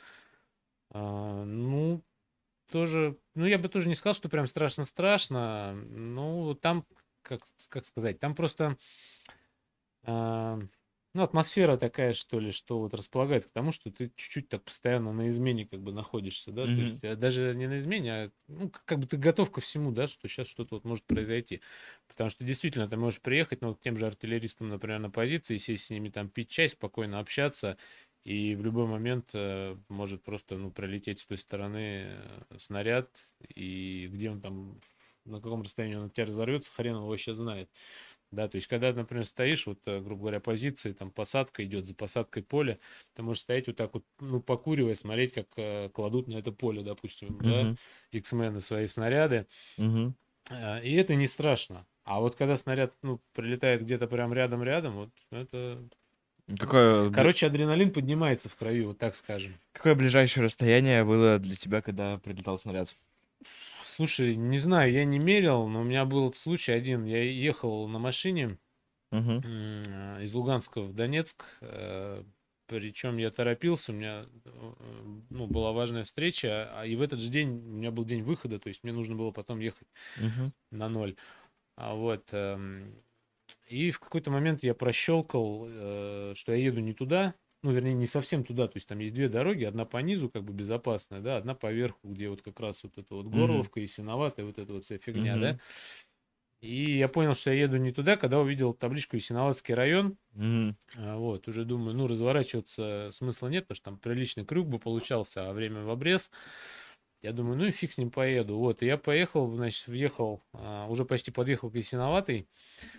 ну, тоже, ну, я бы тоже не сказал, что прям страшно-страшно. Ну, там, как сказать, там просто, а, ну, атмосфера такая, что ли, что вот располагает к тому, что ты чуть-чуть так постоянно на измене как бы находишься, да, то Мгм. есть даже не на измене, а, ну, как бы ты готов ко всему, да, что сейчас что-то вот может произойти. Потому что действительно ты можешь приехать, ну, вот к тем же артиллеристам, например, на позиции, сесть с ними там пить чай, спокойно общаться, и в любой момент может просто, ну, пролететь с той стороны снаряд, и где он там, на каком расстоянии он от тебя разорвется, хрен его вообще знает. Да, то есть, когда, например, стоишь, вот, грубо говоря, позиции, там посадка идет, за посадкой поля, ты можешь стоять вот так вот, ну, покуривая, смотреть, как кладут на это поле, допустим, да, Мгм. X-мены свои снаряды, Мгм. и это не страшно. А вот когда снаряд, ну, прилетает где-то прям рядом-рядом, вот это, ну, Какое, бли- короче, адреналин поднимается в крови, вот так скажем. Какое ближайшее расстояние было для тебя, когда прилетал снаряд? Слушай, не знаю, я не мерил, но у меня был случай один. Я ехал на машине Мгм. из Луганска в Донецк. Причем я торопился, у меня ну, была важная встреча, и в этот же день у меня был день выхода, то есть мне нужно было потом ехать Мгм. на ноль. Вот. И в какой-то момент я прощелкал, что я еду не туда, ну, вернее, не совсем туда, то есть там есть две дороги, одна по низу, как бы безопасная, да, одна по верху, где вот как раз вот эта вот Мгм. Горловка и Ясиноватая, вот эта вот вся фигня, да. Мгм. И я понял, что я еду не туда, когда увидел табличку Ясиноватский район. Мгм. Вот, уже думаю, ну, разворачиваться смысла нет, потому что там приличный крюк бы получался, а время в обрез. Я думаю, ну и фиг с ним поеду. Вот, и я поехал, значит, въехал, уже почти подъехал к Ясиноватой.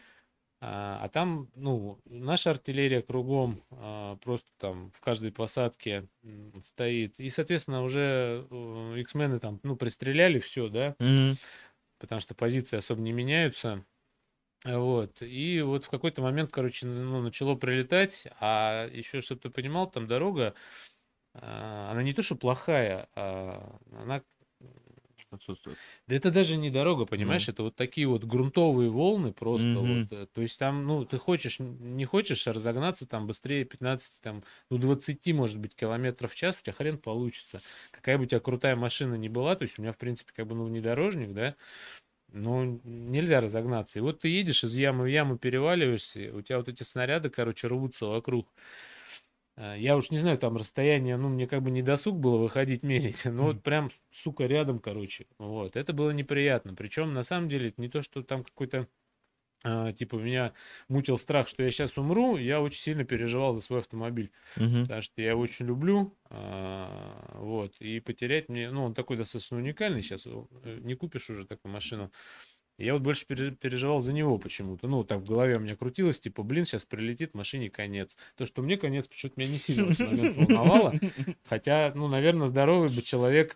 А там, ну, наша артиллерия кругом, просто там в каждой посадке стоит. И, соответственно, уже X-мены там, ну, пристреляли все, да, Мгм. потому что позиции особо не меняются. Вот. И вот в какой-то момент, короче, ну, начало прилетать, а еще, чтобы ты понимал, там дорога, она не то, что плохая, она... Отсутствует. Да это даже не дорога, Ну. понимаешь, это вот такие вот грунтовые волны просто вот. Мгм. То есть там, ну, ты хочешь, не хочешь разогнаться там быстрее 15, там, ну, 20, может быть, километров в час, у тебя хрен получится. Какая бы у тебя крутая машина ни была, то есть у меня, в принципе, как бы, ну, внедорожник, да, ну, нельзя разогнаться. И вот ты едешь из ямы в яму, переваливаешься, у тебя вот эти снаряды, короче, рвутся вокруг. Я уж не знаю, там расстояние, ну, мне как бы не досуг было выходить мерить, но вот прям, сука, рядом, короче. Вот, это было неприятно. Причем, на самом деле, это не то, что там какой-то, типа, меня мучил страх, что я сейчас умру, я очень сильно переживал за свой автомобиль, Мгм. потому что я его очень люблю, вот, и потерять мне, ну, он такой достаточно уникальный, сейчас не купишь уже такую машину. Я вот больше переживал за него почему-то. Ну, так в голове у меня крутилось, типа, блин, сейчас прилетит, машине конец. То, что мне конец, почему-то меня не сильно в этот момент волновало. Хотя, ну, наверное, здоровый бы человек,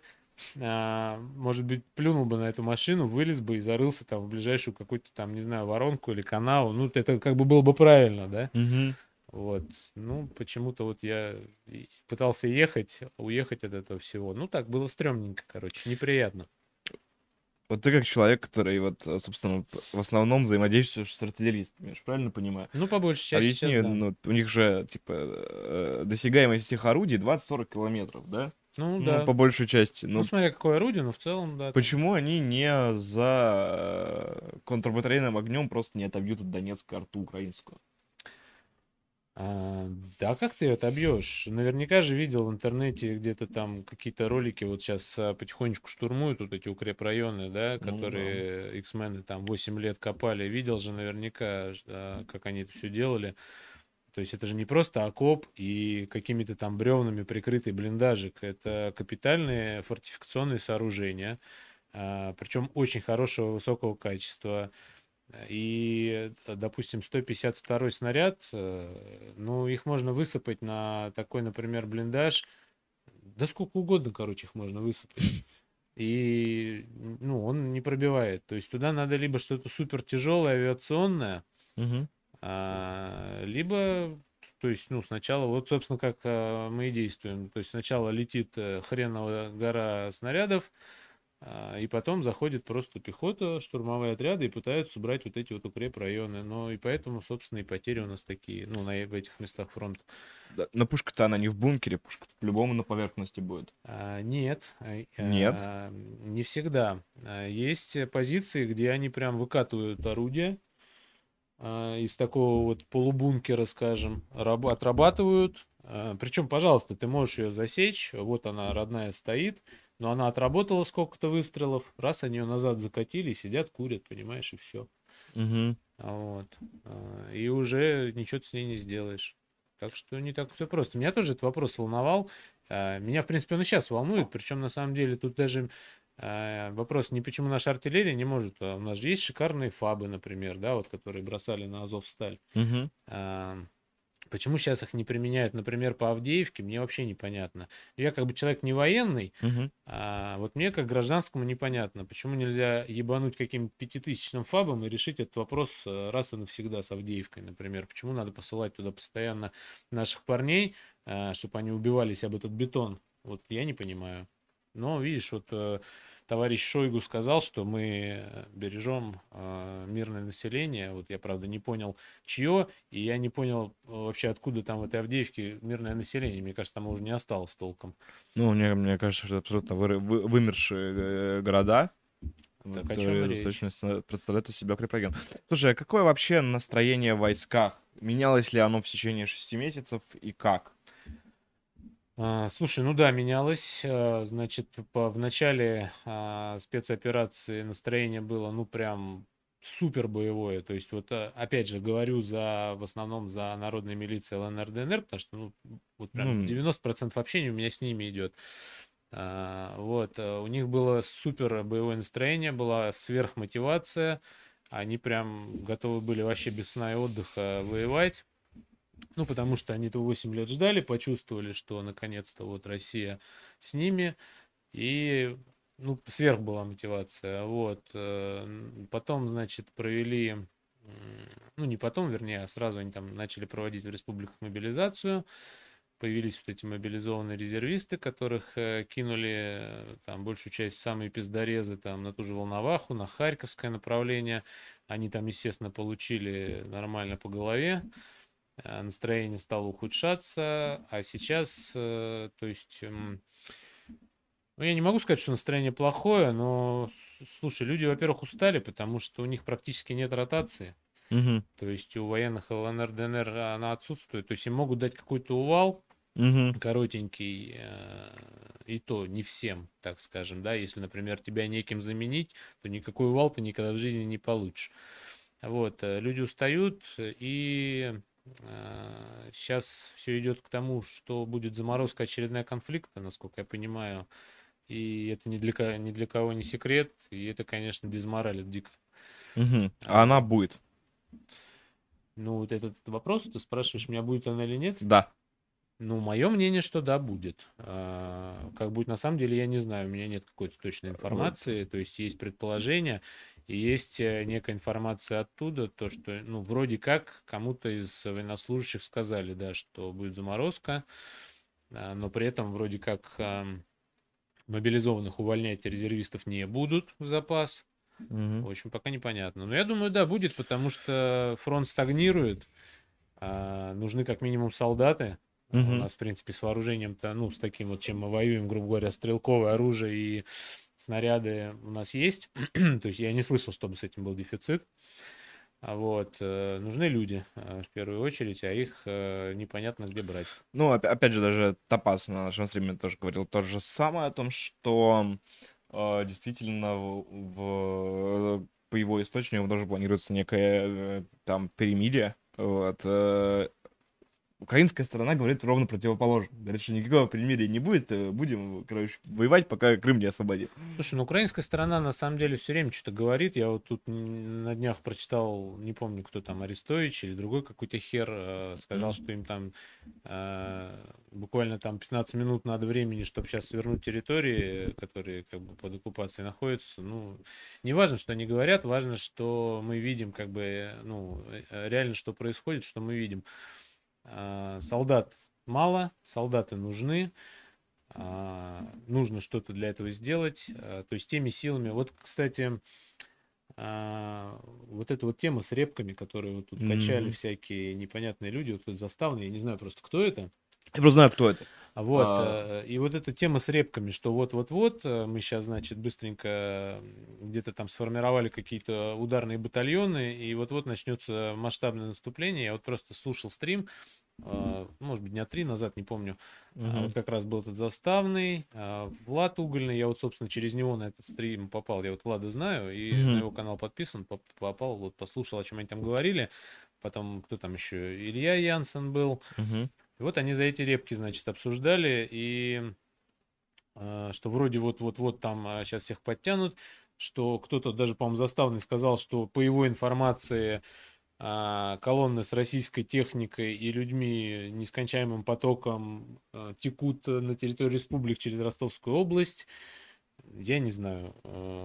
может быть, плюнул бы на эту машину, вылез бы и зарылся там в ближайшую какую-то там, не знаю, воронку или канал. Ну, это как бы было бы правильно, да? Мгм. Вот. Ну, почему-то вот я пытался ехать, уехать от этого всего. Ну, так, было стрёмненько, короче, неприятно. Вот ты как человек, который вот, собственно, в основном взаимодействуешь с артиллеристами, я ж правильно понимаю? Ну, по большей части сейчас, Объясни, да. ну, у них же, типа, досягаемость этих орудий 20-40 километров, да? Ну, Ну, да. по большей части. Ну, Ну, смотря какое орудие, но в целом, да, там. почему они не за контрбатарейным огнем просто не отобьют от Донецка арту украинскую? А, да, как ты это отобьешь? Наверняка же видел в интернете где-то там какие-то ролики, вот сейчас потихонечку штурмуют вот эти укрепрайоны, да, Ну, да. которые X-мены там 8 лет копали. Видел же наверняка, как они это все делали. То есть это же не просто окоп и какими-то там бревнами прикрытый блиндажик. Это капитальные фортификационные сооружения, причем очень хорошего, высокого качества. И, допустим, 152-й снаряд, ну, их можно высыпать на такой, например, блиндаж. Да сколько угодно, короче, их можно высыпать. И, ну, он не пробивает. То есть туда надо либо что-то супер тяжелое, авиационное, Мгм. либо, то есть, ну, сначала, вот, собственно, как мы и действуем. То есть сначала летит хреновая гора снарядов, и потом заходит просто пехота, штурмовые отряды и пытаются брать вот эти вот укрепрайоны. Но и поэтому, собственно, и потери у нас такие, ну, в этих местах фронта. Да, но пушка-то она не в бункере, пушка по-любому на поверхности будет. Нет, Нет. не всегда. Есть позиции, где они прям выкатывают орудия из такого вот полубункера, скажем, отрабатывают. Причем, пожалуйста, ты можешь ее засечь. Вот она, родная, стоит. Но она отработала сколько-то выстрелов. Раз они ее назад закатили, сидят, курят, понимаешь, и все. Мгм. Вот. И уже ничего ты с ней не сделаешь. Так что не так все просто. Меня тоже этот вопрос волновал. Меня, в принципе, он и сейчас волнует. Причем, на самом деле, тут даже вопрос не почему наша артиллерия не может. У нас же есть шикарные фабы, например, да, вот, которые бросали на Азовсталь. Мгм. А, Почему сейчас их не применяют, например, по Авдеевке, мне вообще непонятно. Я как бы человек не военный, Мгм. вот мне как гражданскому непонятно, почему нельзя ебануть каким-то пятитысячным фабом и решить этот вопрос раз и навсегда с Авдеевкой, например. Почему надо посылать туда постоянно наших парней, чтобы они убивались об этот бетон? Вот я не понимаю. Но, видишь, вот товарищ Шойгу сказал, что мы бережем мирное население. Вот я, правда, не понял, чье, и я не понял вообще, откуда там в этой Авдеевке мирное население. Мне кажется, там уже не осталось толком. Ну, мне кажется, что это абсолютно вымершие города, Так о чем которые речь? достаточно представляют из себя укрепрайон. Слушай, а какое вообще настроение в войсках? Менялось ли оно в течение 6 месяцев и как? Слушай, ну да, менялось. Значит, в начале спецоперации настроение было, ну, прям супер боевое. То есть вот опять же говорю в основном за народные милиции ЛНР, ДНР, потому что ну, вот прям Ну, 90% общения у меня с ними идет. Вот, у них было супер боевое настроение, была сверхмотивация, они прям готовы были вообще без сна и отдыха воевать. Ну, потому что они-то 8 лет ждали, почувствовали, что наконец-то вот Россия с ними, и ну, сверх была мотивация. Вот. Потом, значит, провели, ну, не потом, вернее, а сразу они там начали проводить в республиках мобилизацию. Появились вот эти мобилизованные резервисты, которых кинули там большую часть в самые пиздорезы, там на ту же Волноваху, на Харьковское направление. Они там, естественно, получили нормально по голове, настроение стало ухудшаться, а сейчас, то есть, ну, я не могу сказать, что настроение плохое, но, слушай, люди, во-первых, устали, потому что у них практически нет ротации. мгм, То есть у военных ЛНР, ДНР она отсутствует. То есть им могут дать какой-то увал, мгм, коротенький, и то не всем, так скажем, да, если, например, тебя неким заменить, то никакой увал ты никогда в жизни не получишь. Вот, люди устают, и сейчас все идет к тому, что будет заморозка очередная конфликта, насколько я понимаю, и это ни для кого не секрет, и это, конечно, дезморалит дико. мгм. А она А, будет. ну, вот этот вопрос, ты спрашиваешь, меня будет она или нет? Да. Ну, мое мнение, что да, будет. Как будет на самом деле, я не знаю, у меня нет какой-то точной Вот. информации, то есть есть предположения, и есть некая информация оттуда, то, что, ну, вроде как кому-то из военнослужащих сказали, да, что будет заморозка, но при этом вроде как мобилизованных увольнять резервистов не будут в запас. В Мгм, общем, пока непонятно. Но я думаю, да, будет, потому что фронт стагнирует, нужны как минимум солдаты. У мгм. нас, в принципе, с вооружением-то, ну, с таким вот, чем мы воюем, грубо говоря, стрелковое оружие и снаряды у нас есть. То есть я не слышал, чтобы с этим был дефицит. Вот, нужны люди, в первую очередь, а их непонятно где брать. Ну, опять же, даже Топас на нашем стриме тоже говорил то же самое о том, что действительно по его источникам тоже планируется некое там перемирие. Вот. Украинская сторона говорит ровно противоположно. Говорит, что никакого перемирия не будет, будем, короче, воевать, пока Крым не освободит. Слушай, ну украинская сторона на самом деле все время что-то говорит. Я вот тут на днях прочитал, не помню, кто там, Арестович или другой какой-то хер, сказал, Мгм. что им там буквально там 15 минут надо времени, чтобы сейчас свернуть территории, которые как бы под оккупацией находятся. Ну, не важно, что они говорят, важно, что мы видим, как бы, ну, реально, что происходит, что мы видим. Солдат мало, солдаты нужны, нужно что-то для этого сделать, то есть теми силами. Вот, кстати, вот эта вот тема с репками, которые вот тут качали Мгм. всякие непонятные люди, вот тут заставные, я не знаю просто, кто это. Я просто знаю, кто это. Вот, А, и вот эта тема с репками, что вот-вот-вот мы сейчас, значит, быстренько где-то там сформировали какие-то ударные батальоны, и вот-вот начнется масштабное наступление. Я вот просто слушал стрим, может быть, дня 3 назад, не помню. Вот мгм, как раз был этот заставный, Влад Угольный, я вот, собственно, через него на этот стрим попал. Я вот Влада знаю, и на мгм, его канал подписан, попал, вот послушал, о чем они там говорили. Потом, кто там еще, Илья Янсен был. мгм, И вот они за эти репки, значит, обсуждали, и что вроде вот-вот-вот там сейчас всех подтянут, что кто-то даже, по-моему, заставный сказал, что по его информации колонны с российской техникой и людьми нескончаемым потоком текут на территорию республик через Ростовскую область. Я не знаю.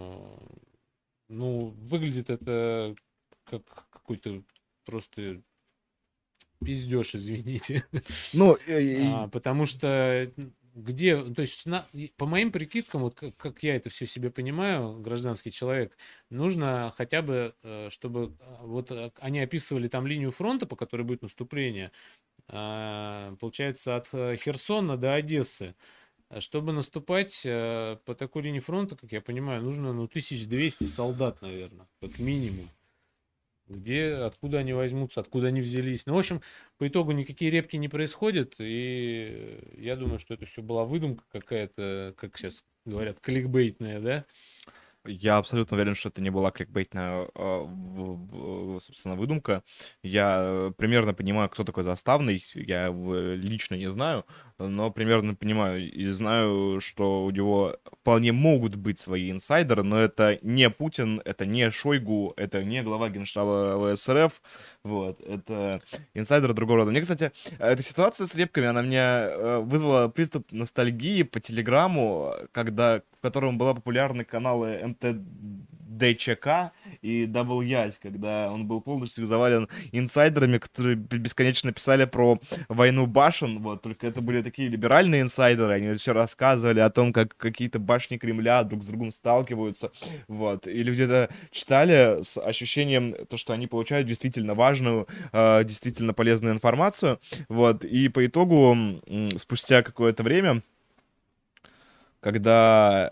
Ну, выглядит это как какой-то просто пиздеж, извините. Ну, Потому что где, то есть по моим прикидкам, вот как я это все себе понимаю, гражданский человек, нужно хотя бы, чтобы вот они описывали там линию фронта, по которой будет наступление, получается, от Херсона до Одессы. Чтобы наступать по такой линии фронта, как я понимаю, нужно, ну, 1200 солдат, наверное, как минимум. Где, откуда они возьмутся, откуда они взялись. Ну, в общем, по итогу никакие репки не происходят, и я думаю, что это все была выдумка какая-то, как сейчас говорят, кликбейтная, да? Я абсолютно уверен, что это не была кликбейтная, собственно, выдумка. Я примерно понимаю, кто такой Заставный. Я его лично не знаю, но примерно понимаю и знаю, что у него вполне могут быть свои инсайдеры, но это не Путин, это не Шойгу, это не глава Генштаба ВСРФ. Вот, это инсайдеры другого рода. Мне, кстати, эта ситуация с репками, она меня вызвала приступ ностальгии по Телеграму, в котором была популярны каналы МТДЧК и Дабл Ять, когда он был полностью завален инсайдерами, которые бесконечно писали про войну башен, вот, только это были такие либеральные инсайдеры, они все рассказывали о том, как какие-то башни Кремля друг с другом сталкиваются, вот, и люди это читали с ощущением, то, что они получают действительно важную, действительно полезную информацию, вот, и по итогу, спустя какое-то время, когда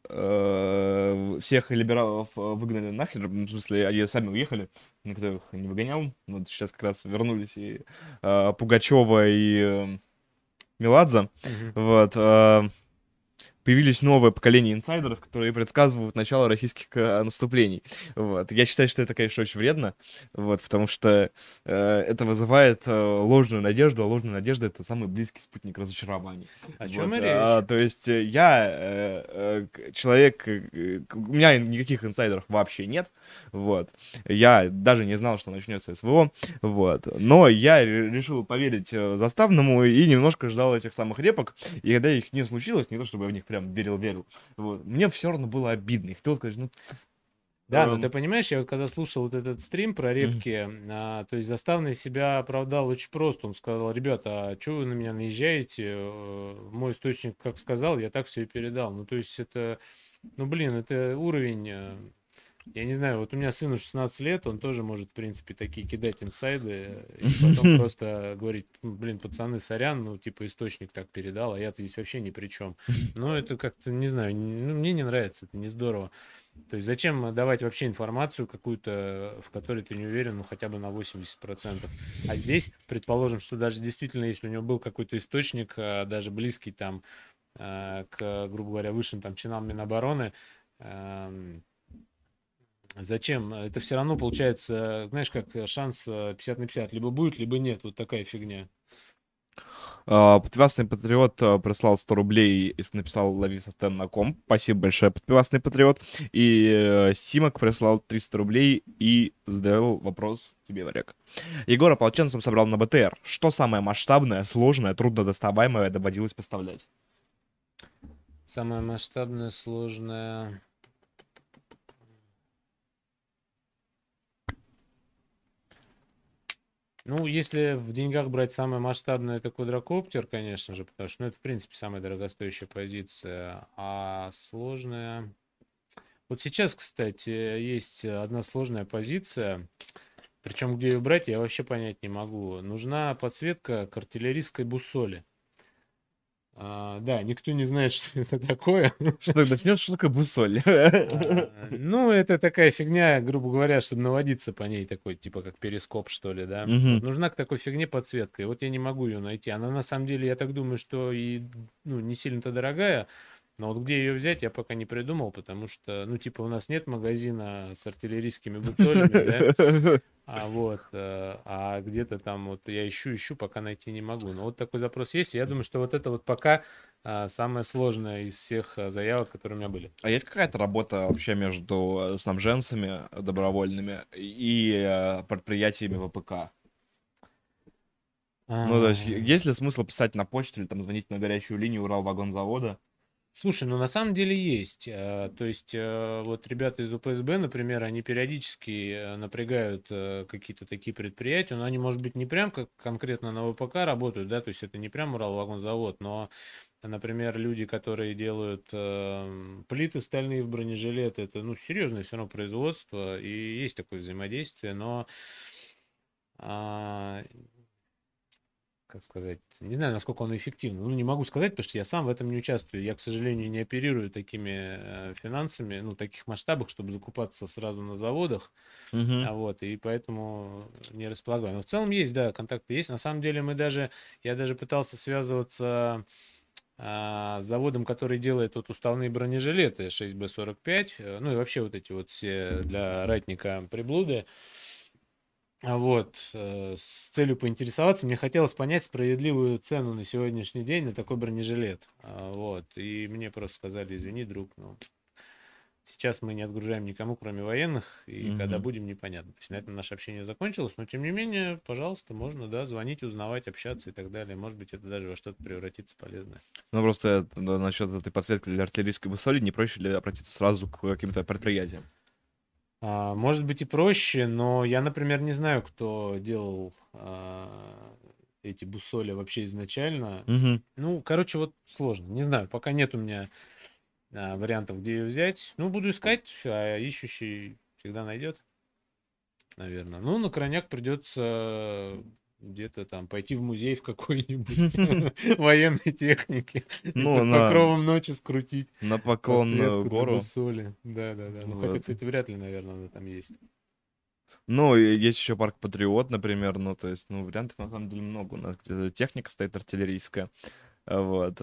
всех либералов выгнали нахер, в смысле, они сами уехали, никто их не выгонял. Вот сейчас как раз вернулись и Пугачева, и Меладзе. Мгм. Вот. Появились новое поколение инсайдеров, которые предсказывают начало российских наступлений. Вот. Я считаю, что это, конечно, очень вредно, вот, потому что это вызывает ложную надежду, а ложная надежда — это самый близкий спутник разочарования. О чем Вот. и речь. То есть я человек, у меня никаких инсайдеров вообще нет, вот. Я даже не знал, что начнется СВО, вот. Но я решил поверить Заставному и немножко ждал этих самых репок, и когда их не случилось, не то чтобы я в них прям верил, вот, мне все равно было обидно. Я хотел сказать, ну, Да, но ты понимаешь, я вот когда слушал вот этот стрим про мгм. репки, то есть Заставный себя оправдал очень просто. Он сказал: ребята, а что вы на меня наезжаете? Мой источник как сказал, я так все и передал. Ну, то есть это, ну, блин, это уровень, я не знаю, вот у меня сыну 16 лет, он тоже может, в принципе, такие кидать инсайды и потом просто говорить: «Ну, блин, пацаны, сорян, ну, типа, источник так передал, а я-то здесь вообще ни при чем». Но это как-то, не знаю, ну, мне не нравится, это не здорово. То есть зачем давать вообще информацию какую-то, в которой ты не уверен, ну, хотя бы на 80%. А здесь, предположим, что даже действительно, если у него был какой-то источник, даже близкий там к, грубо говоря, высшим там чинам Минобороны, эм, зачем? Это все равно получается, знаешь, как шанс 50 на 50. Либо будет, либо нет. Вот такая фигня. Подпивасный патриот прислал 100 рублей и написал «Лови Сатен на ком». Спасибо большое, подпивасный патриот. И Симок прислал 300 рублей и задал вопрос тебе, Варяг. Егор ополченцем собрал на БТР. Что самое масштабное, сложное, труднодоставаемое доводилось поставлять? Самое масштабное, сложное. Ну, если в деньгах брать самое масштабное, это квадрокоптер, конечно же, потому что, ну, это, в принципе, самая дорогостоящая позиция. А сложная... Вот сейчас, кстати, есть одна сложная позиция, причем где ее брать, я вообще понять не могу. Нужна подсветка к артиллерийской буссоли. Да, никто не знает, что это такое. Что начнешь, что такое бусоль? Ну, это такая фигня, грубо говоря, чтобы наводиться по ней, такой, типа, как перископ, что ли, да. Вот Мгм. нужна к такой фигне подсветка, и вот я не могу ее найти. Она, на самом деле, я так думаю, что и, ну, не сильно-то дорогая, но вот где ее взять, я пока не придумал, потому что, ну, типа, у нас нет магазина с артиллерийскими бутолями, да, а где-то там вот я ищу, пока найти не могу. Но вот такой запрос есть, и я думаю, что вот это вот пока самое сложное из всех заявок, которые у меня были. А есть какая-то работа вообще между снабженцами добровольными и предприятиями ВПК? Ну, то есть, А, есть ли смысл писать на почту или там звонить на горячую линию Уралвагонзавода? Слушай, ну на самом деле есть. То есть вот ребята из УПСБ, например, они периодически напрягают какие-то такие предприятия, но они, может быть, не прям как конкретно на ВПК работают, да, то есть это не прям Уралвагонзавод, но, например, люди, которые делают плиты стальные в бронежилеты, это, ну, серьезное все равно производство, и есть такое взаимодействие, но а, как сказать, не знаю, насколько оно эффективно. Ну, не могу сказать, потому что я сам в этом не участвую. Я, к сожалению, не оперирую такими финансами, ну, таких масштабах, чтобы закупаться сразу на заводах. Мгм. И поэтому не располагаю. Но в целом есть, да, контакты есть. На самом деле я даже пытался связываться с заводом, который делает вот уставные бронежилеты 6Б45, ну и вообще вот эти вот все для ратника приблуды. Вот, с целью поинтересоваться, мне хотелось понять справедливую цену на сегодняшний день на такой бронежилет. Вот, и мне просто сказали, извини, друг, ну, сейчас мы не отгружаем никому, кроме военных, и когда будем, непонятно. То есть на этом наше общение закончилось, но тем не менее, пожалуйста, можно, да, звонить, узнавать, общаться и так далее. Может быть, это даже во что-то превратится полезное. Ну, просто насчет этой подсветки для артиллерийской бусоли, не проще ли обратиться сразу к каким-то предприятиям? Может быть и проще, но я, например, не знаю, кто делал эти буссоли вообще изначально. Ну, короче, вот сложно. Не знаю, пока нет у меня вариантов, где ее взять. Ну, буду искать, а ищущий всегда найдет, наверное. Ну, на крайняк придется где-то там пойти в музей в какой-нибудь военной технике. Ну, Под покровом ночи скрутить на Поклонную подсветку для гору. буссоли. Да-да-да. Ну, хотя, кстати, вряд ли, наверное, она там есть. Ну, и есть еще парк Патриот, например, ну, то есть, ну, вариантов на самом деле много. У нас где-то техника стоит артиллерийская, вот.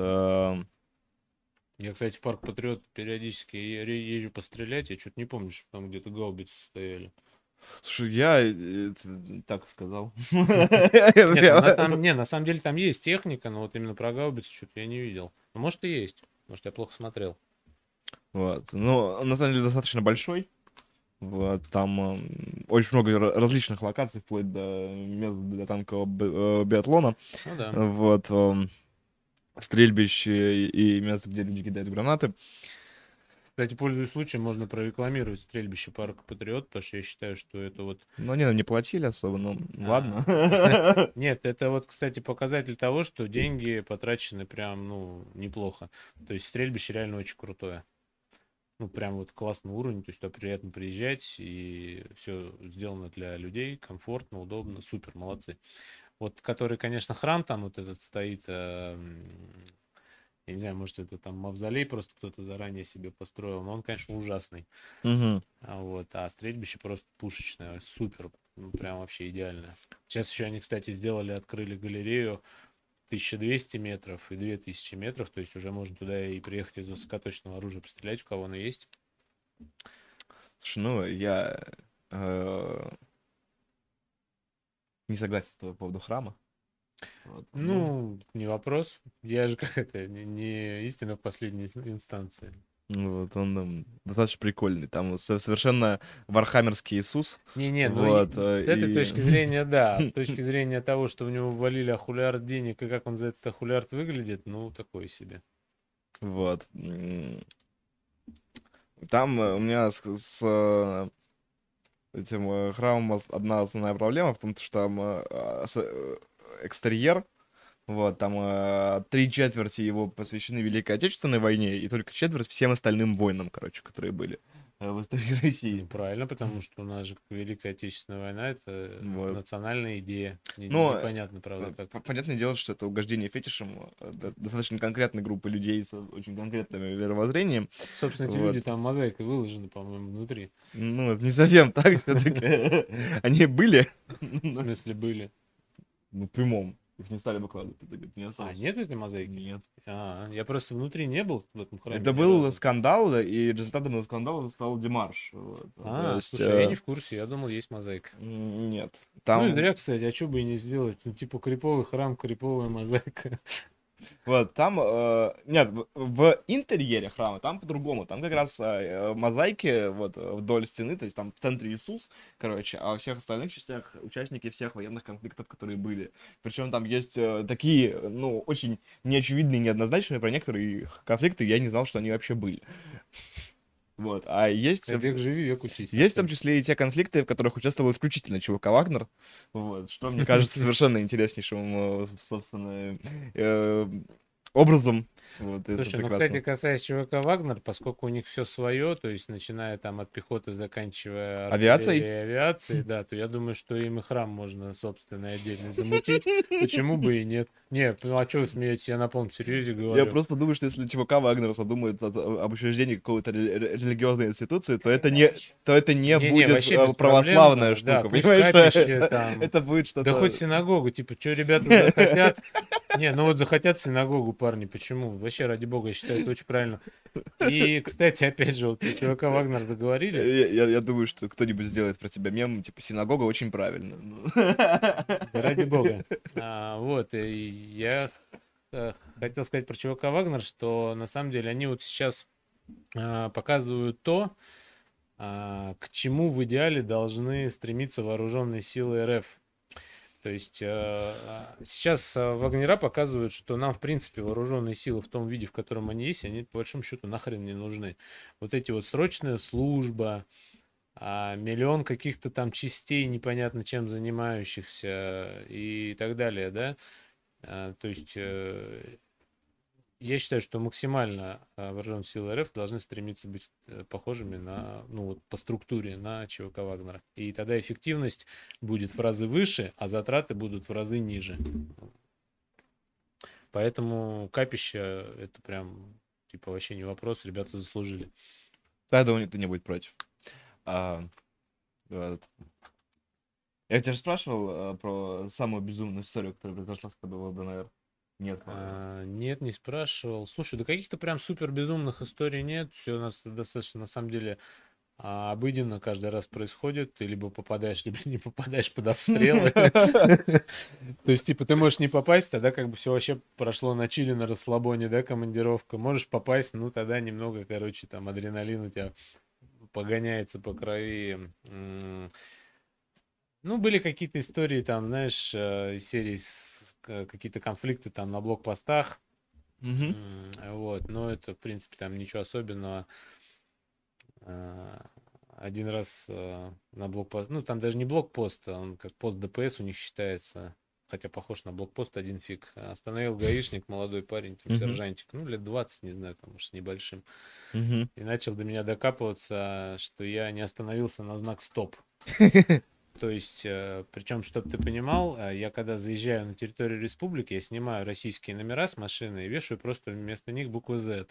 Я, кстати, в парк Патриот периодически езжу пострелять, я что-то не помню, что там где-то гаубицы стояли. Слушай, я так сказал. Нет, на самом деле там есть техника, но вот именно про гаубицу что-то я не видел. Ну, может и есть, может я плохо смотрел. Вот, ну, на самом деле достаточно большой. Вот, там очень много различных локаций, вплоть до мест для танкового биатлона. Ну да. Вот, стрельбищ и мест, где люди кидают гранаты. Кстати, пользуясь случаем, можно прорекламировать стрельбище парка Патриот, потому что я считаю, что это вот... Ну, они нам не платили особо, ну, ладно. Нет, это вот, кстати, показатель того, что деньги потрачены прям, ну, неплохо. То есть стрельбище реально очень крутое. Ну, прям вот классный уровень, то есть туда приятно приезжать, и все сделано для людей, комфортно, удобно, супер, молодцы. Вот, который, конечно, храм там вот этот стоит, я не знаю, может, это там мавзолей просто кто-то заранее себе построил, но он, конечно, ужасный. Вот, а стрельбище просто пушечное, супер, ну, прям вообще идеальное. Сейчас еще они, кстати, открыли галерею 1200 метров и 2000 метров, то есть уже можно туда и приехать из высокоточного оружия пострелять, у кого оно есть. Слушай, ну, я не согласен по поводу храма. Вот. Ну, не вопрос. Я же как это, не истина в последней инстанции. Вот, он достаточно прикольный. Там совершенно вархаммерский Иисус. Не-не, ну вот, с этой точки зрения, да. С точки зрения того, что в него ввалили ахулиард денег, и как он за этот ахулиард выглядит, ну, такой себе. Вот. Там у меня с этим храмом одна основная проблема в том, что там экстерьер, вот, там 3/4 его посвящены Великой Отечественной войне, и только четверть всем остальным войнам, короче, которые были в истории России. Ну, правильно, потому что у нас же Великая Отечественная война — это Вот. национальная идея. Но непонятно, правда, как. понятное дело, что это угождение фетишем достаточно конкретной группы людей с очень конкретным веровоззрением. Собственно, эти люди там мозаикой выложены, по-моему, внутри. Ну, это не совсем так все-таки. Они были. В смысле, были. Ну, в прямом. Их не стали выкладывать. Нет этой мозаики? Нет. Я просто внутри не был в этом храме. Это был скандал, и результатом этого скандала стал демарш. Вот. Слушай, я не в курсе, я думал, есть мозаика. Нет. Ну и зря, кстати, а что бы и не сделать? Ну, типа криповый храм, криповая мозаика. Вот, там, нет, в интерьере храма там по-другому, там как раз мозаики вот вдоль стены, то есть там в центре Иисус, короче, а во всех остальных частях участники всех военных конфликтов, которые были. Причем там есть такие, ну, очень неочевидные, неоднозначные, про некоторые конфликты я не знал, что они вообще были. Вот, а есть... Век живи, век учись. Есть в том числе и те конфликты, в которых участвовал исключительно ЧВК «Вагнер», вот, что мне кажется совершенно интереснейшим, собственно, образом. Вот, слушай, ну, кстати, касаясь ЧВК «Вагнер», поскольку у них все свое, то есть начиная там от пихоты, заканчивая авиацией, да, то я думаю, что им и храм можно, собственно, отдельно замутить. Почему бы и нет? Не, ну а что вы смеетесь? Я на полном серьезе говорю. Я просто думаю, что если ЧВК «Вагнер» задумает об учреждении какой-то религиозной институции, то это не будет православная штука, понимаешь? Это будет что-то... Да хоть синагогу, типа, что ребята захотят? Не, ну вот захотят синагогу, парни, почему? ну, вообще, ради бога, я считаю, это очень правильно. И, кстати, опять же, вот про ЧВК «Вагнер» заговорили. Я думаю, что кто-нибудь сделает про тебя мем, типа, синагога очень правильно. Да ради бога. Вот, и я хотел сказать про ЧВК «Вагнер», что на самом деле они вот сейчас показывают то, к чему в идеале должны стремиться вооруженные силы РФ. То есть сейчас вагнера показывают, что нам, в принципе, вооруженные силы в том виде, в котором они есть, они, по большому счету, нахрен не нужны. Вот эти вот срочная служба, миллион каких-то там частей, непонятно чем занимающихся и так далее, да. То есть я считаю, что максимально вооруженные силы РФ должны стремиться быть похожими на, ну вот по структуре на ЧВК Вагнера. И тогда эффективность будет в разы выше, а затраты будут в разы ниже. Поэтому капище это прям типа вообще не вопрос, ребята заслужили. Да, думаю, ты не будет против. Я тебя же спрашивал про самую безумную историю, которая произошла с тобой в ЛДНР. Нет, нет, не спрашивал. Слушай, да каких-то прям супер безумных историй нет. Все у нас достаточно, на самом деле, обыденно каждый раз происходит. Ты либо попадаешь, либо не попадаешь под обстрелы. То есть, типа, ты можешь не попасть, тогда как бы все вообще прошло на чили, на расслабоне, да, командировка. Можешь попасть, ну, тогда немного, короче, там, адреналин у тебя погоняется по крови. Ну, были какие-то истории, там, знаешь, из серии какие-то конфликты там на блокпостах. Вот, но это, в принципе, там ничего особенного. Один раз на блокпост, ну, там даже не блокпост, он как пост ДПС у них считается, хотя похож на блокпост, один фиг. Остановил гаишник, молодой парень, там, сержантик, ну, лет 20, не знаю, там, может, с небольшим. И начал до меня докапываться, что я не остановился на знак «Стоп». То есть, причем, чтобы ты понимал, я когда заезжаю на территорию республики, я снимаю российские номера с машины и вешаю просто вместо них букву Z.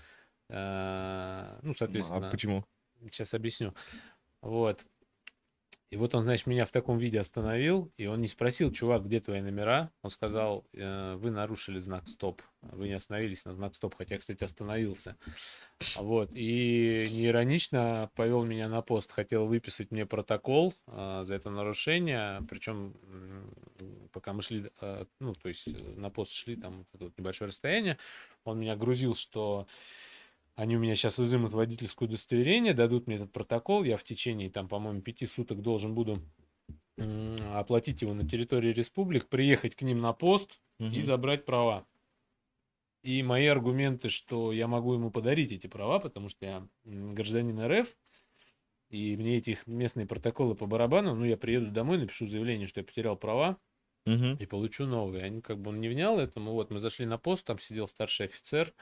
Ну, соответственно... А почему? Сейчас объясню. Вот. И вот он, значит, меня в таком виде остановил, и он не спросил: чувак, где твои номера? Он сказал: вы нарушили знак «Стоп». Вы не остановились на знак «Стоп», хотя, кстати, остановился. Вот. И неиронично повел меня на пост. Хотел выписать мне протокол за это нарушение. Причем, пока мы шли, ну, то есть на пост шли, там вот небольшое расстояние, он меня грузил, что они у меня сейчас изымут водительское удостоверение, дадут мне этот протокол. Я в течение, там, по-моему, 5 суток должен буду оплатить его на территории республик, приехать к ним на пост и забрать права. И мои аргументы, что я могу ему подарить эти права, потому что я гражданин РФ, и мне эти местные протоколы по барабану, ну, я приеду домой, напишу заявление, что я потерял права, и получу новые. Они как бы он не внял этому. Вот мы зашли на пост, там сидел старший офицер.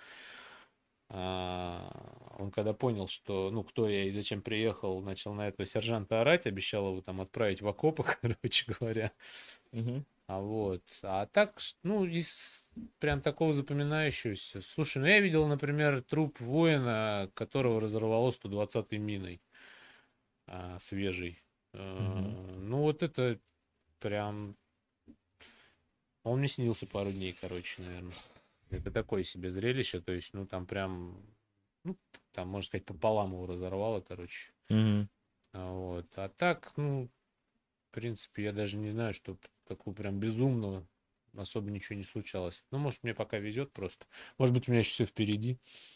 Он когда понял, что, ну, кто я и зачем приехал, начал на этого сержанта орать, обещал его там отправить в окопы, короче говоря. Вот. А так, ну, из прям такого запоминающегося. Слушай, ну я видел, например, труп воина, которого разорвало 120-й миной свежий. Ну, вот это прям... Он мне снился пару дней, короче, наверное. Это такое себе зрелище, то есть, ну, там прям, ну, там, можно сказать, пополам его разорвало, короче. Вот. А так, ну, в принципе, я даже не знаю, что такого прям безумного особо ничего не случалось. Ну, может, мне пока везет просто. Может быть, у меня еще все впереди.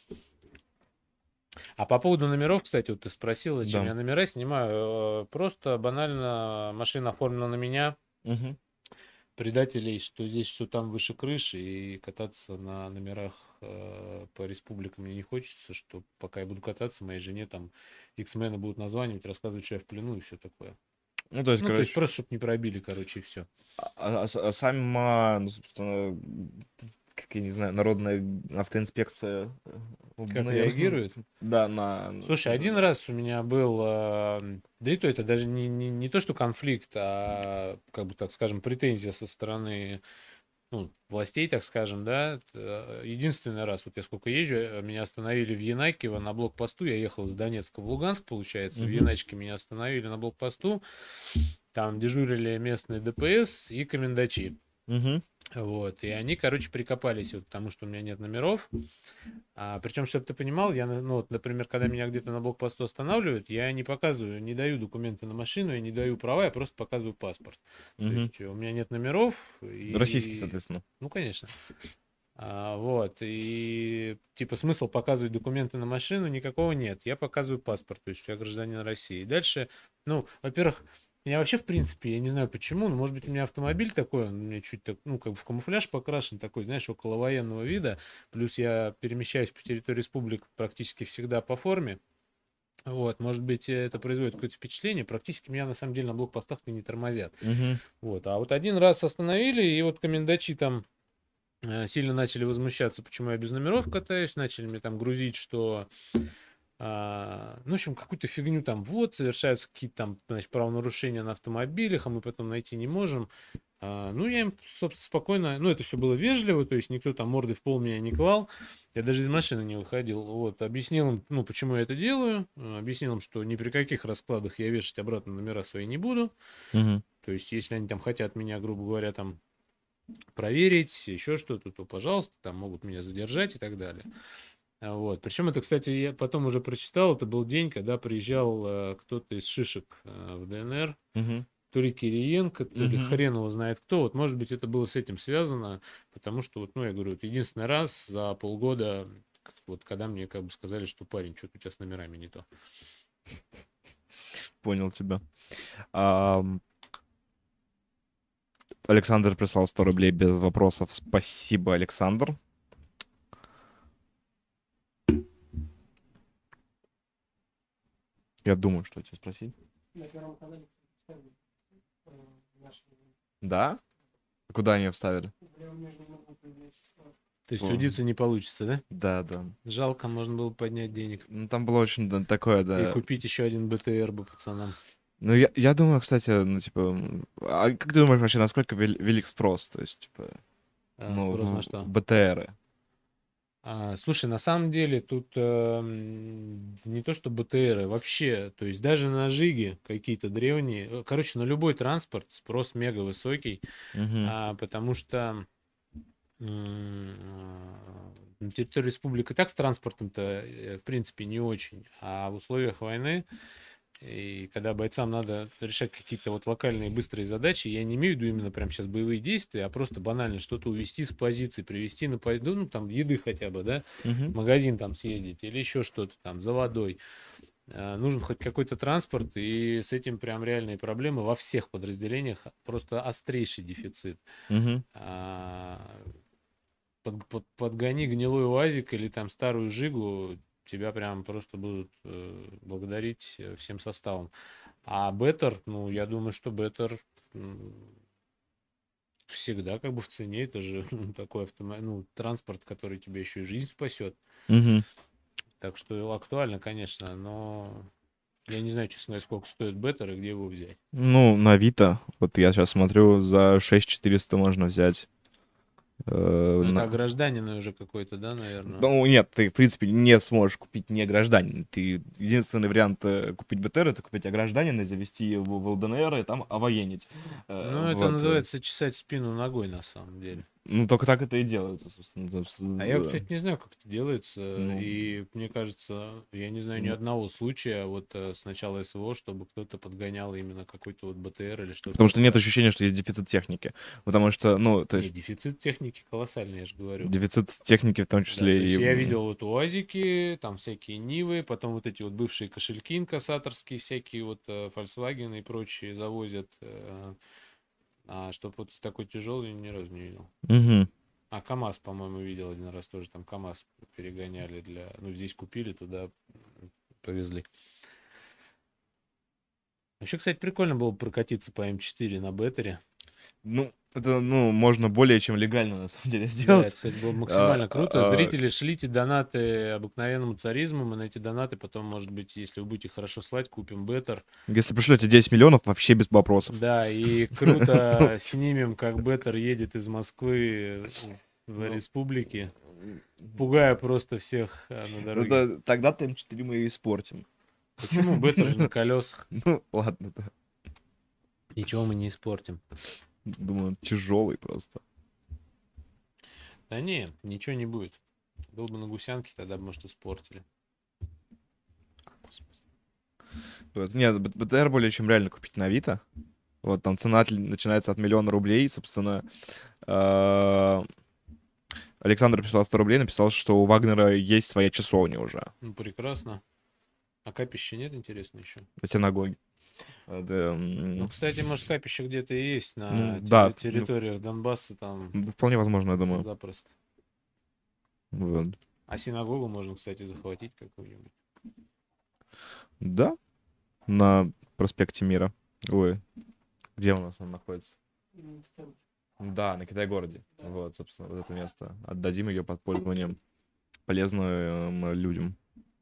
А по поводу номеров, кстати, вот ты спросил, зачем Да. я номера снимаю. Просто банально машина оформлена на меня. Предателей, что здесь, что там выше крыши, и кататься на номерах по республикам мне не хочется, что пока я буду кататься, моей жене там X-мены будут названивать, рассказывать, что я в плену и все такое. Ну, то есть, Ну, то есть короче, просто, чтобы не пробили, короче, и все. сама, ну, собственно, как я не знаю, народная автоинспекция, Как реагирует? Да, на... Слушай, один раз у меня был, да и то это даже не то, что конфликт, а, как бы так скажем, претензия со стороны, ну, властей, так скажем, да. Единственный раз, вот я сколько езжу, меня остановили в Янакиево на блокпосту. Я ехал из Донецка в Луганск, получается. В Яначке меня остановили на блокпосту. Там дежурили местные ДПС и комендачи. Мгм. Вот, и они, короче, прикопались вот к тому, что у меня нет номеров. Причем, чтобы ты понимал, ну, вот, например, когда меня где-то на блокпосту останавливают, я не показываю, не даю документы на машину, я не даю права, я просто показываю паспорт. То Мгм. есть у меня нет номеров, Российский, и... соответственно. Ну, конечно. Вот, и типа смысл показывать документы на машину никакого нет. Я показываю паспорт, то есть я гражданин России. И дальше, ну, во-первых, я вообще, в принципе, я не знаю почему, но, может быть, у меня автомобиль такой, он у меня чуть так, ну, как бы в камуфляж покрашен, такой, знаешь, около военного вида. Плюс я перемещаюсь по территории республик практически всегда по форме. Вот, может быть, это производит какое-то впечатление. Практически меня, на самом деле, на блокпостах-то не тормозят. Мгм. Вот, а вот один раз остановили, и вот комендачи там сильно начали возмущаться, почему я без номеров катаюсь, начали мне там грузить, что, ну, в общем, какую-то фигню там, вот, совершаются какие-то там, значит, правонарушения на автомобилях, а мы потом найти не можем. Ну, я им, собственно, спокойно, ну, это все было вежливо, то есть никто там морды в пол меня не клал, я даже из машины не выходил, вот, объяснил им, ну, почему я это делаю, объяснил им, что ни при каких раскладах я вешать обратно номера свои не буду, Мгм. то есть если они там хотят меня, грубо говоря, там проверить, еще что-то, то, пожалуйста, там могут меня задержать и так далее. Вот. Причем это, кстати, я потом уже прочитал, это был день, когда приезжал кто-то из шишек в ДНР, Мгм. то ли Кириенко, то ли Мгм. хрен его знает кто. Вот, может быть, это было с этим связано, потому что, вот, ну, я говорю, вот единственный раз за полгода, вот, когда мне как бы сказали, что парень, что-то у тебя с номерами не то. Понял тебя. Ам, Александр прислал 100 рублей без вопросов. Спасибо, Александр. Я думаю, что тебе спросить. На Первом канале наши Да? Куда они вставили? То есть О. судиться не получится, да? Да, да. Жалко, можно было поднять денег. Ну, там было очень такое, И да. купить еще один БТР бы пацанам. Ну, я думаю, кстати, ну, типа, а как ты думаешь вообще, насколько велик спрос? То есть, типа, ну, Спрос на в что? БТРы. Слушай, на самом деле тут не то что БТРы, вообще, то есть даже на Жиге какие-то древние, короче, на любой транспорт спрос мега высокий, Мгм. потому что на территории республики и так с транспортом-то, в принципе, не очень, а в условиях войны и когда бойцам надо решать какие-то вот локальные быстрые задачи, я не имею в виду именно прямо сейчас боевые действия, а просто банально что-то увезти с позиции, привезти на ну, там, еды хотя бы, да, Мгм. в магазин там съездить или еще что-то там, за водой. Нужен хоть какой-то транспорт, и с этим прям реальные проблемы во всех подразделениях, просто острейший дефицит. Мгм. Подгони гнилой УАЗик или там старую Жигу, тебя прям просто будут благодарить всем составом. А Беттер, ну, я думаю, что Беттер всегда как бы в цене. Это же такой ну, транспорт, который тебе еще и жизнь спасет. Мгм. Так что актуально, конечно, но я не знаю, честно говоря, сколько стоит Беттер и где его взять. Ну, на Авито, вот я сейчас смотрю, за 6400 можно взять. Ну, это гражданин уже какой-то, да, наверное? Ну, нет, ты, в принципе, не сможешь купить не гражданин. Ты единственный вариант купить БТР — это купить гражданина, завести его в ЛДНР и там овоенить. Ну, это Вот. называется чесать спину ногой, на самом деле. Ну, только так это и делается, собственно. А я, кстати, не знаю, как это делается. Ну, И мне кажется, я не знаю ни одного случая вот с начала СВО, чтобы кто-то подгонял именно какой-то вот БТР или что-то потому что нет такое. ощущения, что есть дефицит техники. Потому что, ну, то Не, есть дефицит техники колоссальный, я же говорю. дефицит техники в том Да, то числе есть и... я видел вот УАЗики, там всякие Нивы, потом вот эти вот бывшие кошельки инкассаторские, всякие вот Volkswagen и прочие завозят. А чтоб вот такой тяжелый ни разу не видел. Мгм. А КамАЗ, по-моему, видел один раз тоже. Там КамАЗ перегоняли для... Ну, здесь купили, туда повезли. Вообще, кстати, прикольно было бы прокатиться по М4 на Беттере. Ну, это, ну, можно более чем легально, на самом деле, Да, это, сделать. кстати, было А, максимально круто. а, Зрители, шлите донаты обыкновенному царизму. Мы на эти донаты потом, может быть, если вы будете хорошо слать, купим Беттер. Если пришлете 10 миллионов, вообще без вопросов. Да, и круто снимем, как Беттер едет из Москвы в Ну, республике, пугая просто всех на дороге. Тогда-то М4 мы и испортим. Почему? Беттер же на колесах. Ну, ладно, да. Ничего мы не испортим. Думаю, тяжелый просто. Да не, ничего не будет. Был бы на гусянке, тогда бы, может, испортили. Вот. Нет, БТР более чем реально купить на Авито. Вот, там цена начинается от 1 000 000 рублей, собственно. Александр писал 100 рублей, написал, что у Вагнера есть своя часовня уже. Ну, прекрасно. А капища нет, интересно, еще? В синагоге. Ну, кстати, может, капище где-то и есть на да, территориях Донбасса, там вполне возможно, я думаю. запросто. Вот. А синагогу можно, кстати, захватить какую-нибудь. Да, на проспекте Мира. Ой, где у нас он находится? Да, на Китай-городе. Вот, собственно, вот это место. Отдадим ее под пользованием полезным людям.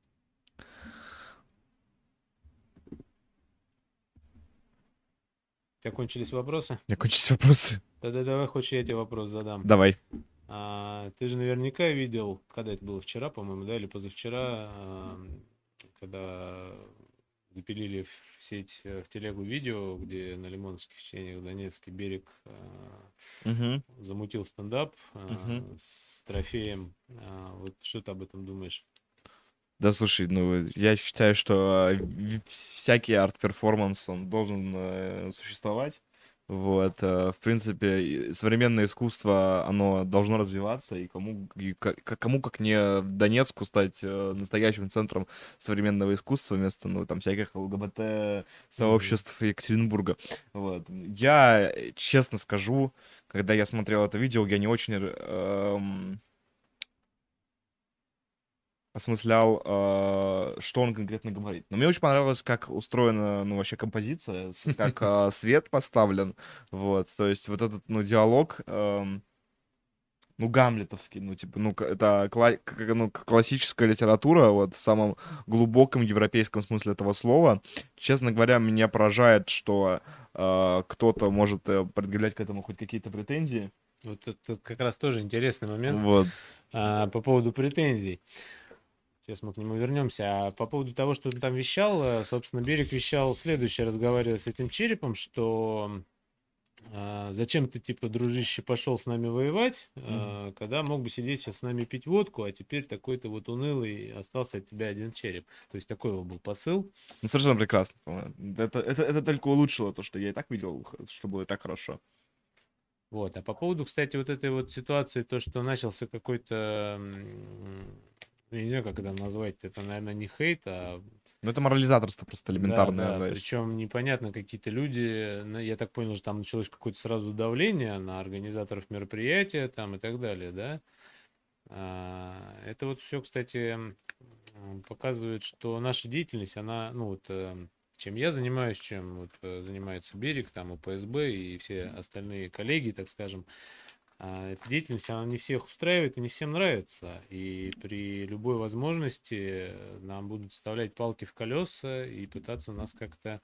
У тебя кончились вопросы? У меня кончились вопросы. Тогда давай, хочешь, я тебе вопрос задам. Давай. Ты же наверняка видел, когда это было вчера, по-моему, да, или позавчера, когда запилили в сеть, в телегу видео, где на Лимонских чтениях Донецкий берег замутил стендап с трофеем. Вот что ты об этом думаешь? Да, слушай, ну, я считаю, что всякий арт-перформанс, он должен существовать. Вот, в принципе, современное искусство, оно должно развиваться, и кому как не Донецку стать настоящим центром современного искусства вместо, ну, там, всяких ЛГБТ-сообществ Екатеринбурга. Вот. Я, честно скажу, когда я смотрел это видео, я не очень осмыслял, что он конкретно говорит. Но мне очень понравилось, как устроена, ну, вообще композиция, как свет поставлен, вот, то есть вот этот, ну, диалог, ну, гамлетовский, ну, типа, ну, это классическая литература, вот, в самом глубоком европейском смысле этого слова. Честно говоря, меня поражает, что кто-то может предъявлять к этому хоть какие-то претензии. Вот это как раз тоже интересный момент Вот. по поводу претензий. Сейчас мы к нему вернемся. А по поводу того, что он там вещал, собственно, Берег вещал следующее, разговаривая с этим черепом, что зачем ты, типа, дружище, пошел с нами воевать, когда мог бы сидеть сейчас с нами пить водку, а теперь такой-то вот унылый, остался от тебя один череп. То есть такой его был посыл. Ну, совершенно прекрасно. Это только улучшило то, что я и так видел, что было и так хорошо. Вот. А по поводу, кстати, вот этой вот ситуации, то, что начался какой-то... Я не знаю, как это назвать. Это, наверное, не хейт, а... Ну, это морализаторство просто элементарное. Да. Причем непонятно, какие-то люди... Я так понял, что там началось какое-то сразу давление на организаторов мероприятия там и так далее, да? Это вот все, кстати, показывает, что наша деятельность, она, ну вот, чем я занимаюсь, чем вот занимается Берег, там, УПСБ и все остальные коллеги, так скажем, эта деятельность, она не всех устраивает и не всем нравится. И при любой возможности нам будут вставлять палки в колеса и пытаться нас как-то,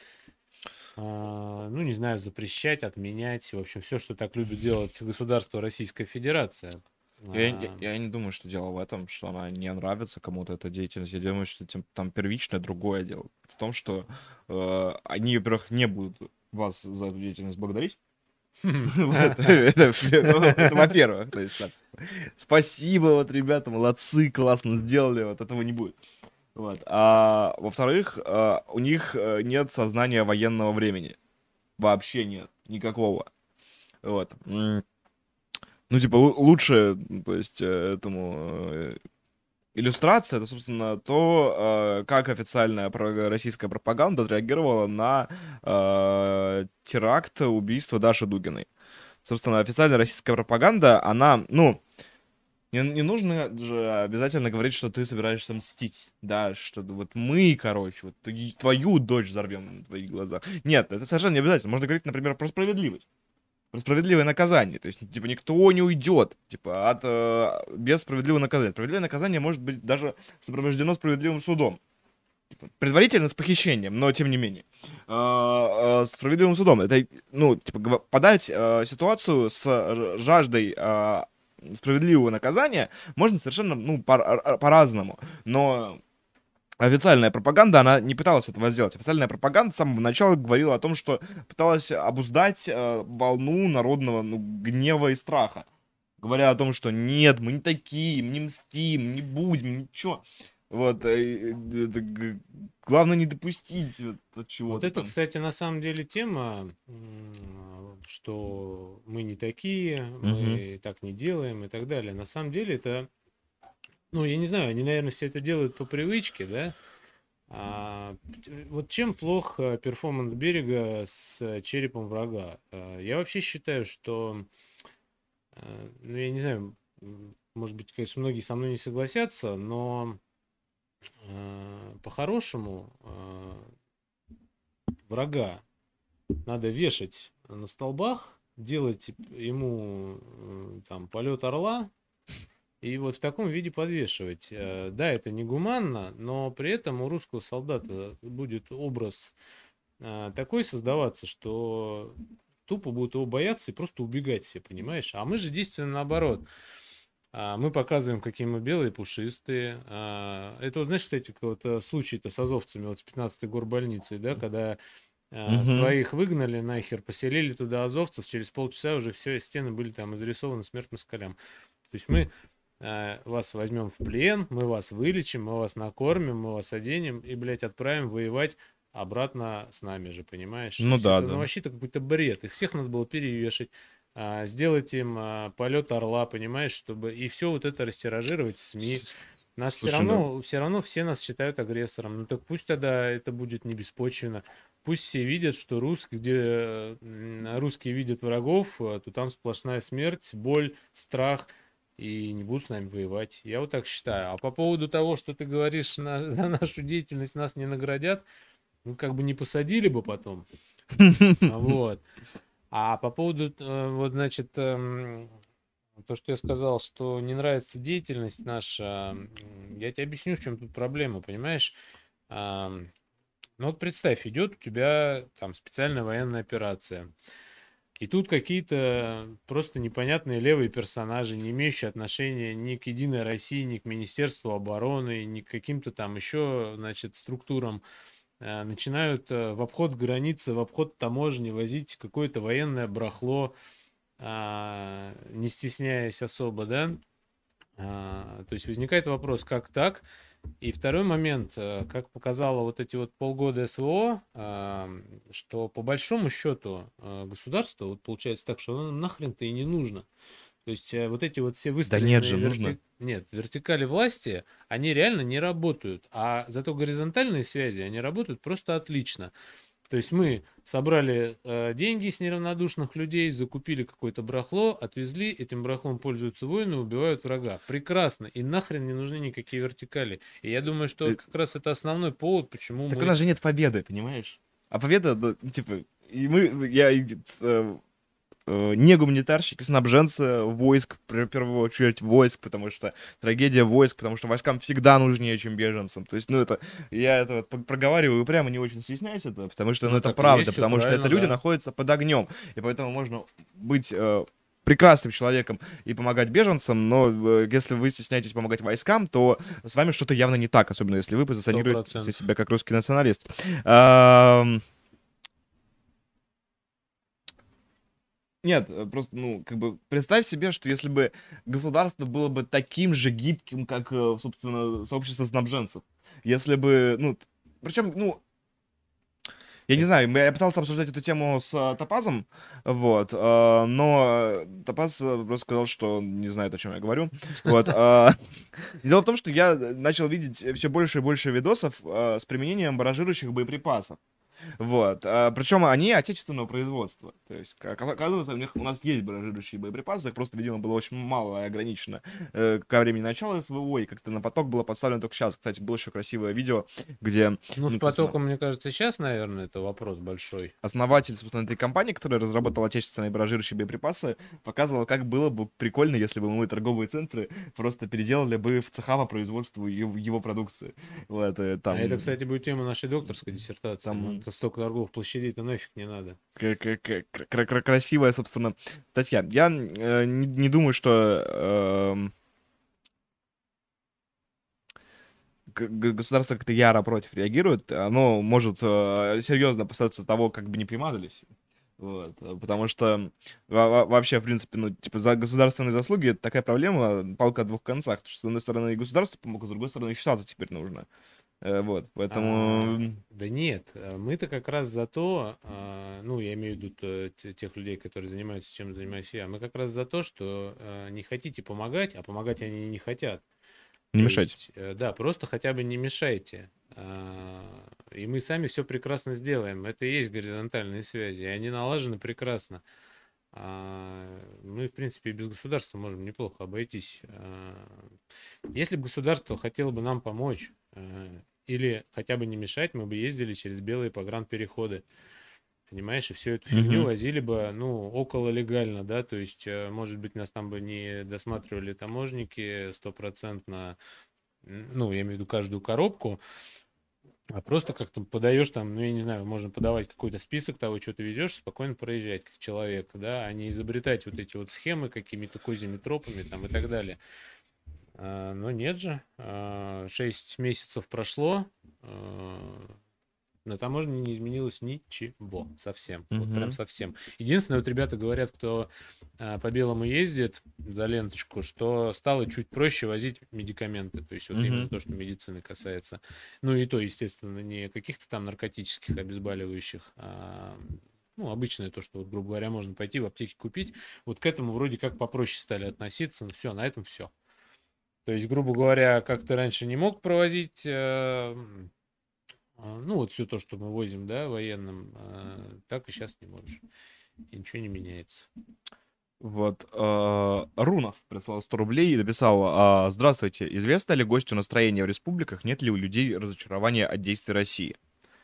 ну, не знаю, запрещать, отменять. В общем, все, что так любит делать государство Российская Федерация. Я не думаю, что дело в этом, что она не нравится кому-то, эта деятельность. Я думаю, что там первичное другое дело. В том, что они, во-первых, не будут вас за эту деятельность благодарить. Это во-первых. Спасибо, вот, ребята, молодцы, классно сделали, вот этого не будет. Вот. А во-вторых, у них нет сознания военного времени. Вообще нет, никакого. Вот. Ну, типа, лучше, то есть, этому иллюстрация, это, собственно, то, как официальная российская пропаганда отреагировала на теракт, убийство Даши Дугиной. Собственно, официальная российская пропаганда, она, ну, не нужно же обязательно говорить, что ты собираешься мстить, да, что вот мы, короче, вот твою дочь взорвем на твоих глазах. Нет, это совершенно не обязательно. Можно говорить, например, про справедливость. Справедливое наказание. То есть, типа, никто не уйдет, типа, без справедливого наказания. Справедливое наказание может быть даже сопровождено справедливым судом. Типа, предварительно с похищением, но тем не менее. Справедливым судом. Это, ну, типа, подать ситуацию с жаждой справедливого наказания можно совершенно, ну, по-разному. Но официальная пропаганда, она не пыталась этого сделать. Официальная пропаганда с самого начала говорила о том, что пыталась обуздать волну народного, ну, гнева и страха. Говоря о том, что нет, мы не такие, мы не мстим, не будем, ничего. Вот, главное не допустить вот от Вот чего-то это, там. кстати, на самом деле тема, что мы не такие, Мгм. мы так не делаем и так далее. На самом деле это, ну, я не знаю, они, наверное, все это делают по привычке, да? Вот чем плох перформанс берега с черепом врага? Я вообще считаю, что, ну, я не знаю, может быть, конечно, многие со мной не согласятся, но по-хорошему врага надо вешать на столбах, делать ему там полет орла и вот в таком виде подвешивать. Да, это не гуманно, но при этом у русского солдата будет образ такой создаваться, что тупо будут его бояться и просто убегать все, понимаешь? А мы же действуем наоборот. Мы показываем, какие мы белые, пушистые. Это вот, знаешь, кстати, вот случай-то с азовцами, вот с 15-й горбольницей, да, когда Мгм. своих выгнали нахер, поселили туда азовцев, через полчаса уже все стены были там изрисованы смерть москалям. То есть мы вас возьмем в плен, мы вас вылечим, мы вас накормим, мы вас оденем и, блядь, отправим воевать обратно с нами же, понимаешь? То Ну есть да, это, ну, да. вообще-то какой-то бред. Их всех надо было перевешать, сделать им полет орла, понимаешь, чтобы и все вот это растиражировать в СМИ. Нас Слушай, ну, все равно все нас считают агрессором. Ну так пусть тогда это будет не беспочвенно. Пусть все видят, что где русские видят врагов, то там сплошная смерть, боль, страх, и не будут с нами воевать. Я вот так считаю. А по поводу того, что ты говоришь, за нашу деятельность нас не наградят, ну как бы не посадили бы потом. Вот. А по поводу, вот, значит, то, что я сказал, что не нравится деятельность наша, я тебе объясню, в чем тут проблема, понимаешь? Ну вот представь, идет у тебя там специальная военная операция. И тут какие-то просто непонятные левые персонажи, не имеющие отношения ни к Единой России, ни к Министерству обороны, ни к каким-то там еще, значит, структурам, начинают в обход границы, в обход таможни возить какое-то военное барахло, не стесняясь особо, да? То есть возникает вопрос, как так? И второй момент, как показало вот эти вот полгода СВО, что по большому счету государство, вот получается так, что оно нахрен-то и не нужно. То есть вот эти вот все да нет же, выстроенные нужно. нет, вертикали власти, они реально не работают, а зато горизонтальные связи, они работают просто отлично. То есть мы собрали деньги с неравнодушных людей, закупили какое-то барахло, отвезли, этим барахлом пользуются воины, убивают врага. Прекрасно. И нахрен не нужны никакие вертикали. И я думаю, что Э, вот как раз это основной повод, почему Так у мы... нас же нет победы, понимаешь? А победа, ну, типа, и мы, я не гуманитарщики, снабженцы войск, в первую очередь войск, потому что трагедия войск, потому что войскам всегда нужнее, чем беженцам. То есть, ну, это, я это вот проговариваю и прямо не очень стесняюсь этого, потому что, ну, Ну это так и правда, есть, все потому что это правильно, люди да. находятся под огнем, и поэтому можно быть прекрасным человеком и помогать беженцам, но если вы стесняетесь помогать войскам, то с вами что-то явно не так, особенно если вы Сто позиционируете процентов. себя как русский националист. Ам, Нет, просто, ну, как бы, представь себе, что если бы государство было бы таким же гибким, как, собственно, сообщество снабженцев. Если бы, ну, причем, ну, я не Э, знаю, я пытался обсуждать эту тему с Топазом, вот, но Топаз просто сказал, что он не знает, о чем я говорю. Вот. Дело в том, что я начал видеть все больше и больше видосов с применением баражирующих боеприпасов. Вот. Причем они отечественного производства. То есть, как оказывается, у нас есть баражирующие боеприпасы, их просто, видимо, было очень мало и ограничено ко времени начала СВО, и как-то на поток было подставлено только сейчас. Кстати, было еще красивое видео, где, Ну, с ну, собственно, потоком, мне кажется, сейчас, наверное, это вопрос большой. основатель, собственно, этой компании, которая разработала отечественные баражирующие боеприпасы, показывал, как было бы прикольно, если бы мы торговые центры просто переделали бы в цеха по производству его продукции. Вот, А это, там, кстати, будет тема нашей докторской диссертации. Ну, там это столько торговых площадей-то нафиг не надо. красивая, собственно, статья. Я не думаю, что государство как-то яро против реагирует, оно может серьезно опасаться того, как бы не примазались. Вот, потому что вообще, в принципе, ну, типа, за государственные заслуги это такая проблема, палка о двух концах. Потому что, с одной стороны, и государство помогло, с другой стороны, и считаться теперь нужно. Вот, поэтому... Да нет, мы-то как раз за то, ну, я имею в виду тех людей, которые занимаются, чем занимаюсь я, мы как раз за то, что не хотите помогать, а помогать они не хотят. Не То мешать. есть, да, просто хотя бы не мешайте. И мы сами все прекрасно сделаем. Это и есть горизонтальные связи, и они налажены прекрасно. Мы, в принципе, и без государства можем неплохо обойтись. Если бы государство хотело бы нам помочь или хотя бы не мешать, мы бы ездили через белые погранпереходы. Понимаешь, и всю эту фигню Мгм. возили бы, ну, около легально, да, то есть, может быть, нас там бы не досматривали таможники стопроцентно, ну, я имею в виду каждую коробку, а просто как-то подаешь там, ну, я не знаю, можно подавать какой-то список того, что ты везешь, спокойно проезжать как человек, да, а не изобретать вот эти вот схемы какими-то козьими тропами там и так далее. Но нет же, 6 месяцев прошло, на таможне не изменилось ничего совсем. Вот прям Мгм. совсем. Единственное, вот ребята говорят, кто по белому ездит за ленточку, что стало чуть проще возить медикаменты. То есть вот именно Мгм. то, что медицины касается. Ну и то, естественно, не каких-то там наркотических обезболивающих, ну, обычное то, что, вот, грубо говоря, можно пойти в аптеке купить. Вот к этому вроде как попроще стали относиться. Ну все, на этом все. То есть, грубо говоря, как ты раньше не мог провозить ну, вот все то, что мы возим, да, военным, так и сейчас не можешь. И ничего не меняется. Вот, Рунов прислал 100 рублей и написал: «Здравствуйте, известно ли гостю настроения в республиках, нет ли у людей разочарования от действий России?»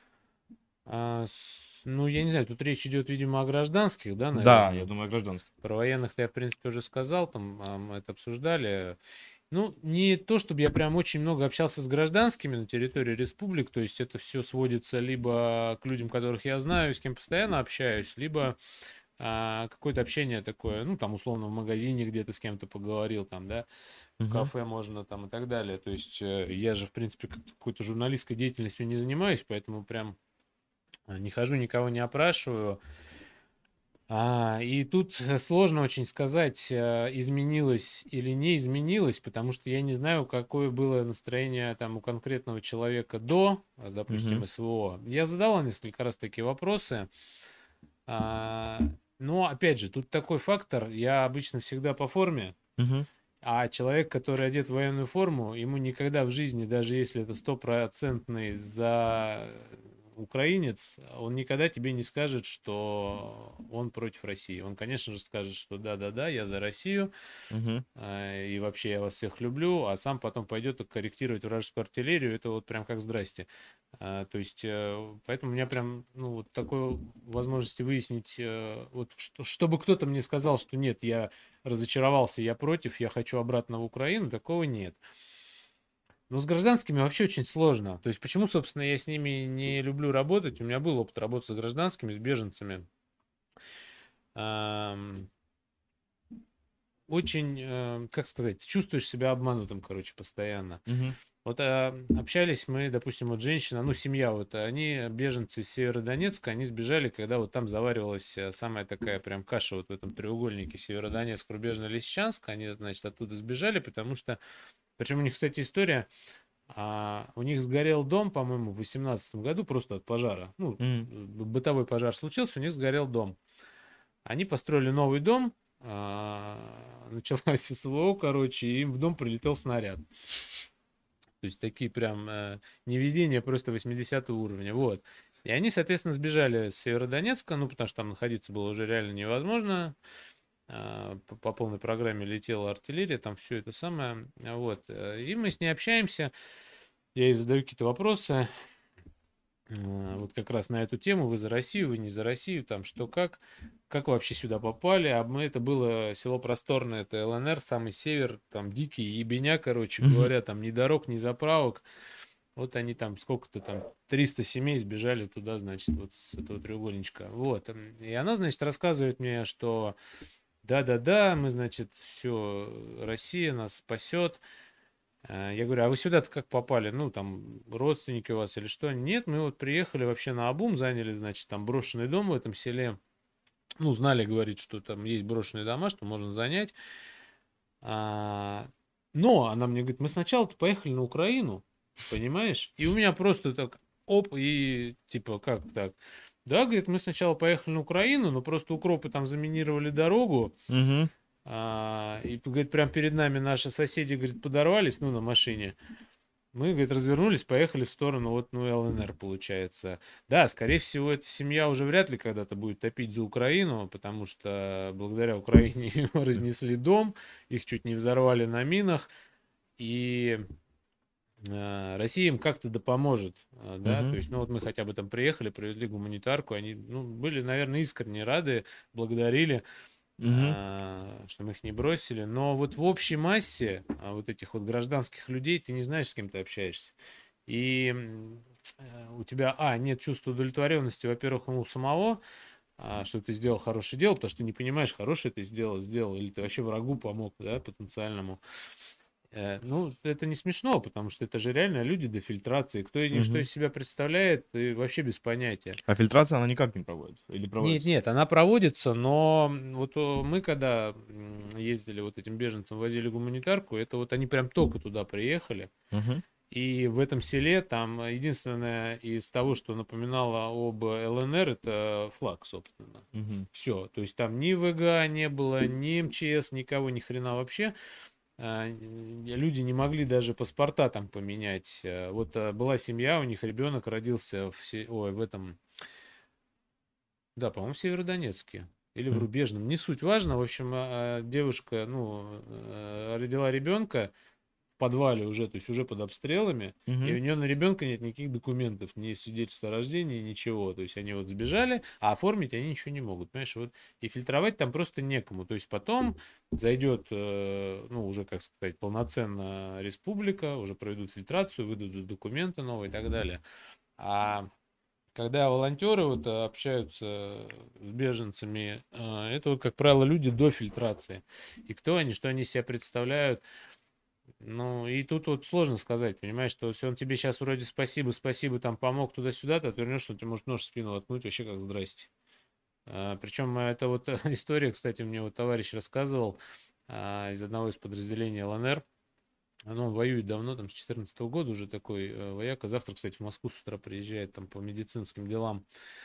Ну, я не знаю, тут речь идет, видимо, о гражданских, да, Да, я наверное. думаю, гражданский. Про военных-то я, в принципе, уже сказал, там мы это обсуждали. Ну, не то, чтобы я прям очень много общался с гражданскими на территории республик, то есть это все сводится либо к людям, которых я знаю, с кем постоянно общаюсь, либо какое-то общение такое, ну, там, условно, в магазине где-то с кем-то поговорил, там, да, в Мгм. кафе можно, там, и так далее. То есть я же, в принципе, какой-то журналистской деятельностью не занимаюсь, поэтому прям не хожу, никого не опрашиваю. И тут сложно очень сказать, изменилось или не изменилось, потому что я не знаю, какое было настроение там у конкретного человека до, допустим, Мгм. СВО. Я задавал несколько раз такие вопросы. а, Но, опять же, тут такой фактор, я обычно всегда по форме, Мгм. а человек, который одет в военную форму, ему никогда в жизни, даже если это стопроцентный за украинец, он никогда тебе не скажет, что он против России. Он, конечно же, скажет, что да-да-да, я за Россию, Мгм. и вообще я вас всех люблю, а сам потом пойдет корректировать вражескую артиллерию, это вот прям как здрасте. То есть, поэтому у меня прям, ну, вот такой возможности выяснить, вот, чтобы кто-то мне сказал, что нет, я разочаровался, я против, я хочу обратно в Украину, такого нет. Но с гражданскими вообще очень сложно. То есть почему, собственно, я с ними не люблю работать? У меня был опыт работы с гражданскими, с беженцами. Ам, Очень, как сказать, чувствуешь себя обманутым, короче, постоянно. Мгм. Вот общались мы, допустим, вот женщина, ну, семья, вот они беженцы из Северодонецка, они сбежали, когда вот там заваривалась самая такая прям каша вот в этом треугольнике Северодонецк, Рубежно-Лисичанск, они, значит, оттуда сбежали, потому что, причем у них, кстати, история, у них сгорел дом, по-моему, в 2018 году просто от пожара, ну, Мгм. бытовой пожар случился, у них сгорел дом. Они построили новый дом, началась СВО, короче, и им в дом прилетел снаряд. То есть такие прям невезения просто 80 уровня. Вот. И они, соответственно, сбежали с Северодонецка, ну, потому что там находиться было уже реально невозможно. По полной программе летела артиллерия, там все это самое. Вот. И мы с ней общаемся. Я ей задаю какие-то вопросы. Вот как раз на эту тему. Вы за Россию, вы не за Россию, там что как вы вообще сюда попали? А мы, это было село Просторное, это ЛНР, самый север, там дикий ебеня, короче Мгм. говоря, там ни дорог, ни заправок. Вот они там, сколько-то там, 300 семей сбежали туда, значит, вот с этого треугольничка. Вот. И она, значит, рассказывает мне, что да-да-да, мы, значит, все, Россия нас спасет. Я говорю, а вы сюда-то как попали? Ну, там, родственники у вас или что? Нет, мы вот приехали вообще на обум, заняли, значит, там брошенный дом в этом селе. Ну, знали, говорит, что там есть брошенные дома, что можно занять. А, но она мне говорит, мы сначала-то поехали на Украину, понимаешь? И у меня просто так, оп, и типа, как так? Да, говорит, мы сначала поехали на Украину, но просто укропы там заминировали дорогу. Угу. И, говорит, прям перед нами наши соседи, говорит, подорвались, ну, на машине. Мы, говорит, развернулись, поехали в сторону вот, ну, ЛНР, получается. Да, скорее всего, эта семья уже вряд ли когда-то будет топить за Украину, потому что благодаря Украине разнесли дом, их чуть не взорвали на минах, и Россия им как-то да поможет, да, то Угу. есть, ну, вот мы хотя бы там приехали, привезли гуманитарку, они, ну, были, наверное, искренне рады, благодарили, Угу. что мы их не бросили. Но вот в общей массе вот этих вот гражданских людей ты не знаешь, с кем ты общаешься. И у тебя, нет чувства удовлетворенности, во-первых, у самого, что ты сделал хорошее дело, потому что ты не понимаешь, хорошее ты сделал, или ты вообще врагу помог, да, потенциальному. Ну, это не смешно, потому что это же реально люди до фильтрации. Кто из них что Угу. из себя представляет, и вообще без понятия. А фильтрация, она никак не проводится? Или Нет, проводится? нет, она проводится, но вот мы когда ездили вот этим беженцам, возили гуманитарку, это вот они прям только туда приехали, Угу. и в этом селе там единственное из того, что напоминало об ЛНР, это флаг, собственно. Угу. Все, то есть там ни ВГА не было, ни МЧС, никого, ни хрена вообще. Люди не могли даже паспорта там поменять. Вот была семья, у них ребенок родился в этом, да, по-моему, в Северодонецке или в Рубежном, не суть важно. В общем, девушка, ну, родила ребенка в подвале уже, то есть уже под обстрелами, и у Угу. нее на ребенка нет никаких документов, ни свидетельства о рождении, ничего. То есть они вот сбежали, а оформить они ничего не могут, понимаешь? Вот, и фильтровать там просто некому. То есть потом зайдет, ну, уже, как сказать, полноценная республика, уже проведут фильтрацию, выдадут документы новые и так далее. А когда волонтеры вот общаются с беженцами, это вот, как правило, люди до фильтрации. И кто они, что они из себя представляют. Ну, и тут вот сложно сказать, понимаешь, что если он тебе сейчас вроде спасибо, спасибо, там помог туда-сюда, то ты вернешься, он тебе может нож в спину воткнуть, вообще как здрасте. Причем это вот история, кстати, мне вот товарищ рассказывал из одного из подразделений ЛНР. Он воюет давно, там, с 2014 года уже такой вояка. Завтра, кстати, в Москву с утра приезжает там по медицинским делам.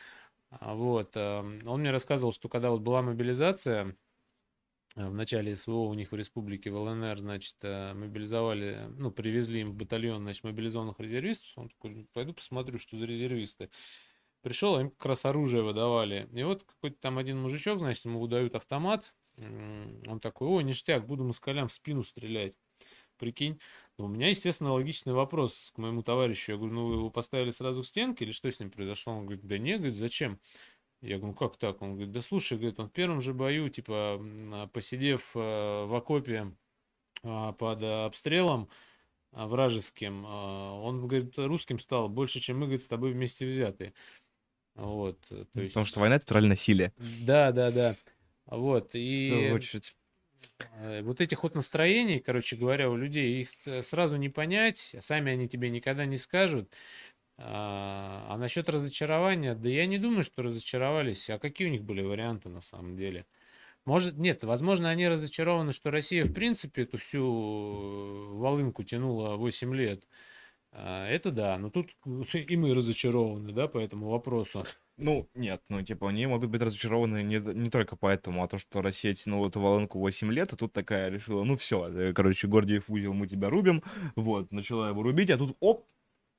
Он мне рассказывал, что когда вот была мобилизация, в начале СВО у них в республике, в ЛНР, значит, мобилизовали, ну, привезли им в батальон, значит, мобилизованных резервистов. Он такой, «Ну, пойду посмотрю, что за резервисты». Пришел, а им как раз оружие выдавали. И вот какой-то там один мужичок, значит, ему выдают автомат. Он такой, о, ништяк, буду москалям в спину стрелять. Прикинь. Ну, у меня, естественно, логичный вопрос к моему товарищу. Я говорю, ну, вы его поставили сразу к стенке или что с ним произошло? Он говорит, да не, говорит, зачем? Я говорю, ну как так? Он говорит, да слушай, говорит, он в первом же бою, типа, посидев в окопе под обстрелом вражеским, он, говорит, русским стал больше, чем мы, говорит, с тобой вместе взятые. Вот, то Потому что есть, война — это спираль насилия. да, да, да. В первую И очередь. вот этих вот настроений, короче говоря, у людей, их сразу не понять, сами они тебе никогда не скажут. А насчет разочарования, да я не думаю, что разочаровались. А какие у них были варианты на самом деле? Может, нет, возможно, они разочарованы, что Россия, в принципе, эту всю волынку тянула 8 лет. Это да, но тут и мы разочарованы, да, по этому вопросу. Ну, нет, ну, типа, они могут быть разочарованы не только поэтому, а то, что Россия тянула эту волынку 8 лет, а тут такая решила, ну, все, короче, Гордиев узел, мы тебя рубим, вот, начала его рубить, а тут, оп,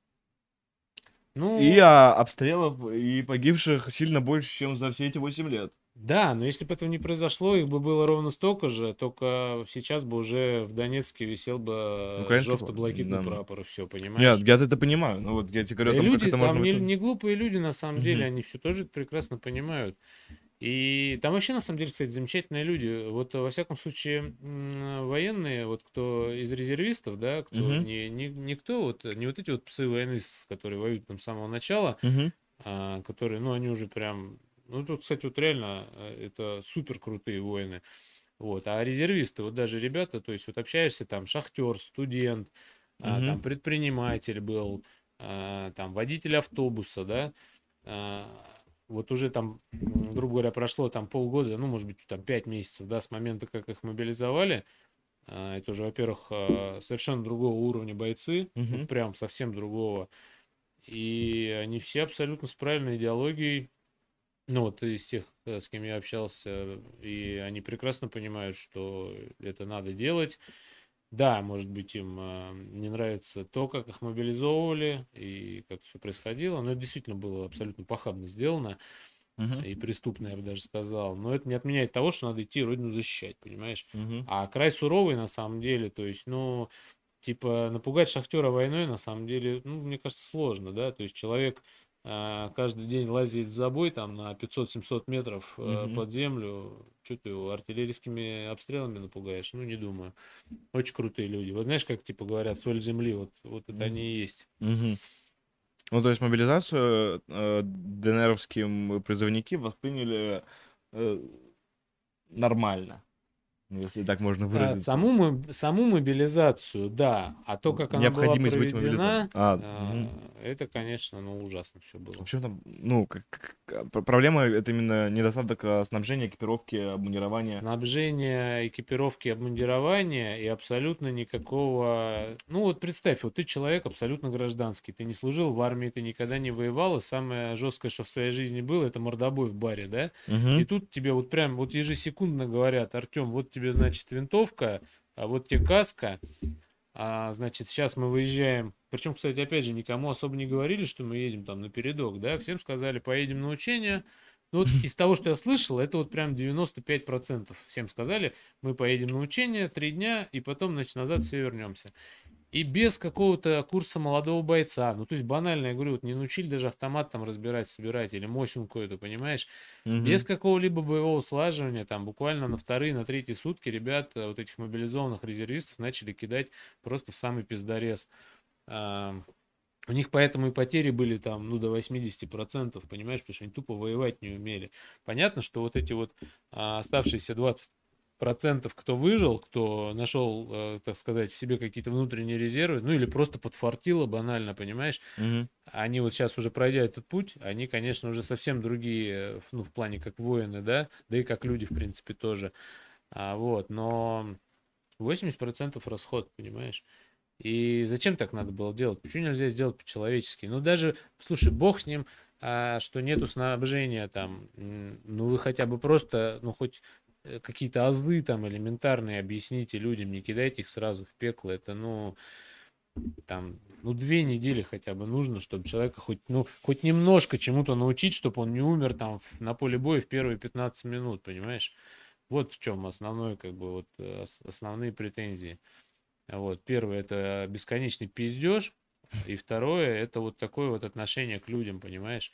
и Ну, обстрелов и погибших сильно больше, чем за все эти 8 лет. да, но если бы этого не произошло, их бы было ровно столько же, только сейчас бы уже в Донецке висел бы Украинский флаг, жовто-блакитный да. прапор, и все, Нет, понимаешь? я это понимаю, но вот я тебе говорю Да о и том, как люди, это можно там в не, итоге. не глупые люди на самом деле, Мгм. они все тоже это прекрасно понимают. И там вообще, на самом деле, кстати, замечательные люди. Вот, во всяком случае, военные, вот кто из резервистов, да, кто Мгм. никто, вот, не вот эти вот псы войны, которые воюют там с самого начала, Мгм. которые, ну, они уже прям, ну, тут, кстати, вот реально, это супер крутые воины. Вот. А резервисты, вот даже ребята, то есть вот общаешься там шахтер, студент, там предприниматель был, там водитель автобуса, да, а, вот уже там, грубо говоря, прошло там полгода, ну, может быть, там 5 месяцев, да, с момента, как их мобилизовали. Это уже, во-первых, совершенно другого уровня бойцы, вот Мгм. прям совсем другого. И они все абсолютно с правильной идеологией. Ну, вот из тех, с кем я общался, и они прекрасно понимают, что это надо делать. Да, может быть, им не нравится то, как их мобилизовывали и как все происходило, но это действительно было абсолютно похабно сделано Мгм. и преступно, я бы даже сказал. Но это не отменяет того, что надо идти родину защищать, понимаешь? Мгм. А край суровый на самом деле, то есть, ну, типа, напугать шахтера войной, на самом деле, ну, мне кажется, сложно, да, то есть человек каждый день лазит в забой там на 500-700 метров Мгм. под землю, что ты его артиллерийскими обстрелами напугаешь? Ну, не думаю. Очень крутые люди. Вот знаешь, как типа говорят, соль земли, вот это Мгм. они и есть. Мгм. Ну, то есть мобилизацию ДНРовские призывники восприняли э, нормально, ну, если так можно выразиться. Саму мобилизацию, да, а то, как она была Необходимость быть мобилизованным. проведена, Мгм. это, конечно, ну, ужасно все В было. общем там, ну, проблема это именно недостаток снабжения, экипировки, обмундирования. Снабжение, экипировки, обмундирования и абсолютно никакого... Ну вот представь, вот ты человек абсолютно гражданский, ты не служил в армии, ты никогда не воевал, и самое жесткое, что в своей жизни было, это мордобой в баре, да? И Мгм. тут тебе вот прям вот ежесекундно говорят: Артем, вот тебе, значит, винтовка, а вот тебе каска, значит, сейчас мы выезжаем. Причем, кстати, опять же, никому особо не говорили, что мы едем там на передок, да, всем сказали, поедем на учения. Ну вот из того, что я слышал, это вот прям 95% всем сказали, мы поедем на учения 3 дня, и потом, значит, назад все вернемся. И без какого-то курса молодого бойца, ну то есть банально, я говорю, вот не научили даже автомат там разбирать, собирать, или мосинку какую-то, понимаешь? Без Мгм. какого-либо боевого слаживания, там буквально на вторые, на третьи сутки ребят, вот этих мобилизованных резервистов, начали кидать просто в самый пиздорез. А, У них поэтому и потери были там, ну, до 80%, понимаешь, потому что они тупо воевать не умели. Понятно, что вот эти вот оставшиеся 20%, кто выжил, кто нашел, так сказать, в себе какие-то внутренние резервы, ну или просто подфартило банально, понимаешь, Мгм. они вот сейчас уже пройдя этот путь, они, конечно, уже совсем другие, ну, в плане как воины, да и как люди, в принципе, тоже. Вот, но 80% расход, понимаешь? И зачем так надо было делать? Почему нельзя сделать по-человечески? Ну, даже, слушай, бог с ним, что нету снабжения там, ну, вы хотя бы просто, ну, хоть какие-то азы там элементарные объясните людям, не кидайте их сразу в пекло. Это, ну, там, ну, 2 недели хотя бы нужно, чтобы человека хоть, ну, хоть немножко чему-то научить, чтобы он не умер там на поле боя в первые 15 минут, понимаешь? Вот в чем основной, как бы, вот основные претензии. Вот, первое, это бесконечный пиздеж, и второе, это вот такое вот отношение к людям, понимаешь?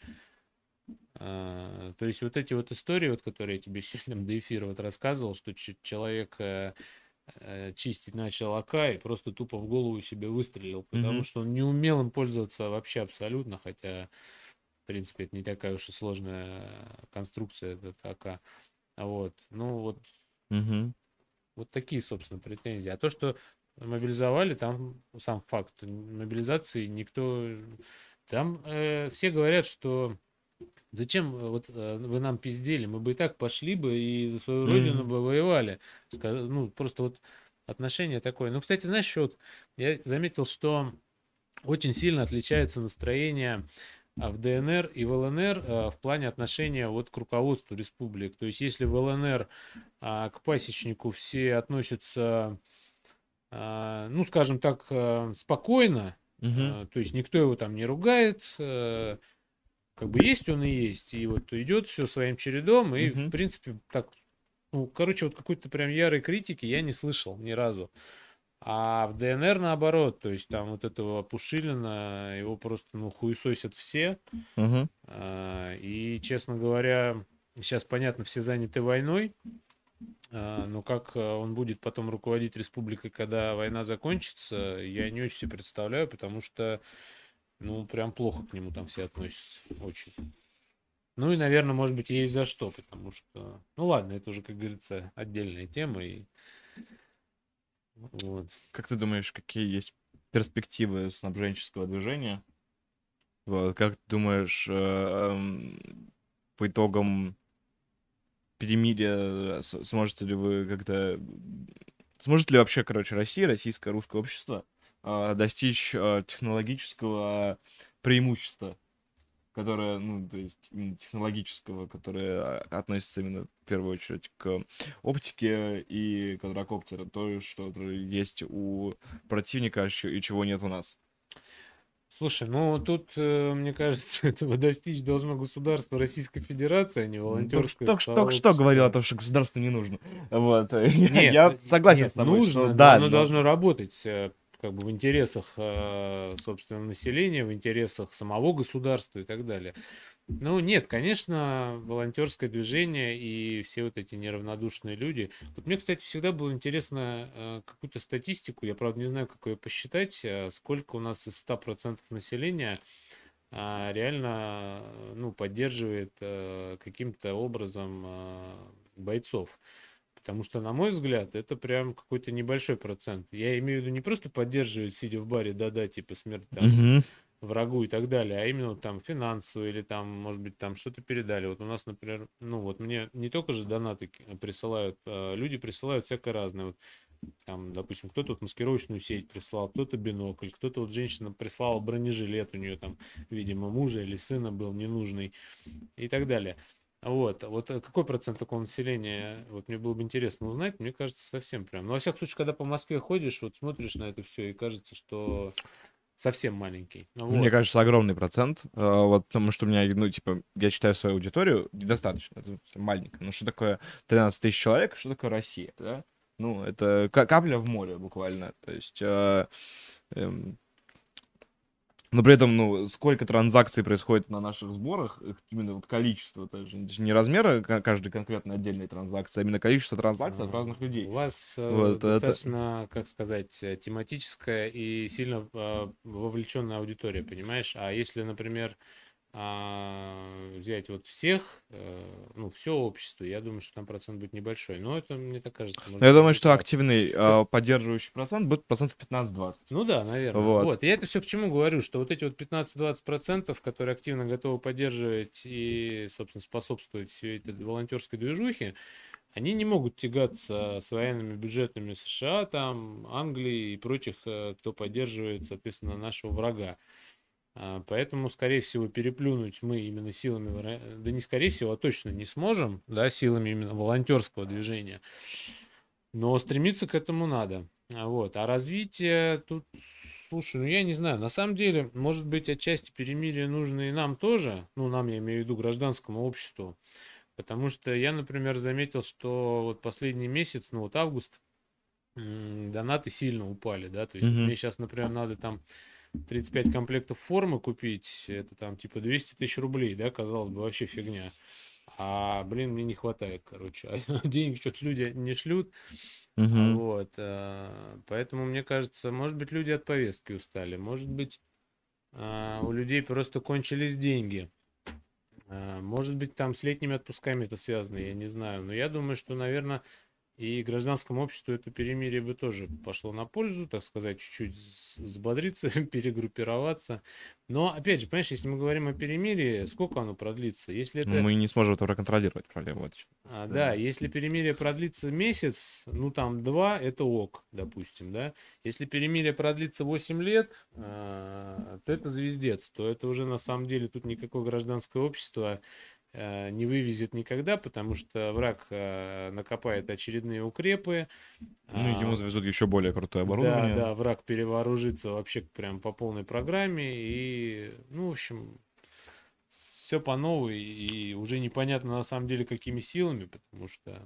То есть вот эти вот истории, вот, которые я тебе сегодня до эфира вот рассказывал, что человек чистить начал АК и просто тупо в голову себе выстрелил, потому Мгм. что он не умел им пользоваться вообще абсолютно, хотя, в принципе, это не такая уж и сложная конструкция, этот АК. Вот, ну Мгм. вот такие, собственно, претензии. А то, что мобилизовали, там сам факт мобилизации никто... Там все говорят, что зачем вы нам пиздели, мы бы и так пошли бы и за свою родину Мгм. бы воевали. Ну, просто вот отношение такое. Ну, кстати, знаешь, еще вот я заметил, что очень сильно отличается настроение в ДНР и в ЛНР в плане отношения вот к руководству республик. То есть, если в ЛНР к пасечнику все относятся, ну, скажем так, спокойно, Мгм. то есть никто его там не ругает, как бы есть он и есть, и вот идет все своим чередом, и, в Мгм. принципе, так, ну, короче, вот какой-то прям ярой критики я не слышал ни разу. А в ДНР наоборот, то есть там вот этого Пушилина, его просто, ну, хуесосят все, Мгм. и, честно говоря, сейчас, понятно, все заняты войной, но как он будет потом руководить республикой, когда война закончится, я не очень себе представляю, потому что, ну, прям плохо к нему там все относятся. Очень. Ну и, наверное, может быть, есть за что, потому что, ну ладно, это уже, как говорится, отдельная тема. И вот. Как ты думаешь, какие есть перспективы снабженческого движения? Вот, как ты думаешь, по итогам перемирия сможете ли вы как-то... Сможет ли вообще, короче, Россия, российское, русское общество достичь технологического преимущества, которое, ну, то есть именно технологического, которое относится именно в первую очередь к оптике и квадрокоптеру, то, что есть у противника и чего нет у нас? Слушай, ну тут, мне кажется, этого достичь должно государство Российской Федерации, а не волонтерское Только что говорил о сообщество. том, что государству не нужно. Вот. Нет, Я согласен с нет, тобой, что нужно, но да, оно но... должно работать как бы в интересах собственного населения, в интересах самого государства и так далее. Ну, нет, конечно, волонтерское движение и все вот эти неравнодушные люди. Вот мне, кстати, всегда было интересно какую-то статистику, я, правда, не знаю, как ее посчитать, сколько у нас из 100% населения реально, ну, поддерживает каким-то образом бойцов. Потому что, на мой взгляд, это прям какой-то небольшой процент. Я имею в виду не просто поддерживать, сидя в баре, да-да, типа смерть там Мгм. врагу и так далее, а именно вот там финансово или там, может быть, там что-то передали. Вот у нас, например, ну вот мне не только же донаты присылают, люди присылают всякое разное. Вот там, допустим, кто-то вот маскировочную сеть прислал, кто-то бинокль, кто-то вот женщина прислала бронежилет, у нее там, видимо, мужа или сына был ненужный и так далее. Вот какой процент такого населения, вот мне было бы интересно узнать, мне кажется, совсем прям. Но, во всяком случае, когда по Москве ходишь, вот смотришь на это все, и кажется, что совсем маленький. Ну Мне вот. кажется, огромный процент. Вот, потому что у меня, ну, типа, я считаю свою аудиторию недостаточно. Это маленько. Ну, что такое 13 тысяч человек, что такое Россия, да? Ну, это капля в море буквально. То есть, эм, но при этом, ну, сколько транзакций происходит на наших сборах, их именно вот количество, это же не размеры каждой конкретной отдельной транзакции, а именно количество транзакций от разных людей. У вас Вот это... достаточно, как сказать, тематическая и сильно вовлеченная аудитория, понимаешь? А если, например, взять вот всех, ну, все общество, я думаю, что там процент будет небольшой. Но это, мне так кажется, может Но я быть, я думаю, не что прав. активный поддерживающий процент будет процентов 15-20. Ну да, наверное. Вот. Вот. Я это все к чему говорю, что вот эти вот 15-20%, которые активно готовы поддерживать и, собственно, способствовать всей этой волонтерской движухе, они не могут тягаться с военными бюджетами США, там, Англии и прочих, кто поддерживает, соответственно, нашего врага. Поэтому, скорее всего, переплюнуть мы именно силами, да не скорее всего, а точно не сможем, да, силами именно волонтерского движения. Но стремиться к этому надо. Вот. А развитие тут, слушай, ну я не знаю, на самом деле, может быть, отчасти перемирие нужно и нам тоже, ну, нам, я имею в виду, гражданскому обществу, потому что я, например, заметил, что вот последний месяц, ну, вот август, донаты сильно упали, да, то есть вот Мгм. мне сейчас, например, надо там 35 комплектов формы купить, это там типа 200 тысяч рублей, да, казалось бы, вообще фигня. А, блин, мне не хватает, короче. А денег что-то люди не шлют. Мгм. Поэтому, мне кажется, может быть, люди от повестки устали. Может быть, у людей просто кончились деньги. Может быть, там с летними отпусками это связано, я не знаю. Но я думаю, что, наверное, и гражданскому обществу это перемирие бы тоже пошло на пользу, так сказать, чуть-чуть взбодриться, перегруппироваться. Но, опять же, понимаешь, если мы говорим о перемирии, сколько оно продлится? Если Ну, это мы не сможем это проконтролировать, проблема в этом. Да, Да. если перемирие продлится месяц, ну там два, это ок, допустим, да. Если перемирие продлится 8 лет, то это звездец, то это уже на самом деле тут никакое гражданское общество не вывезет никогда, потому что враг накопает очередные укрепы, Ну, и ему а, завезут еще более крутое да, оборудование. да, враг перевооружится вообще прям по полной программе, и, ну, в общем, все по новой, и уже непонятно на самом деле какими силами, потому что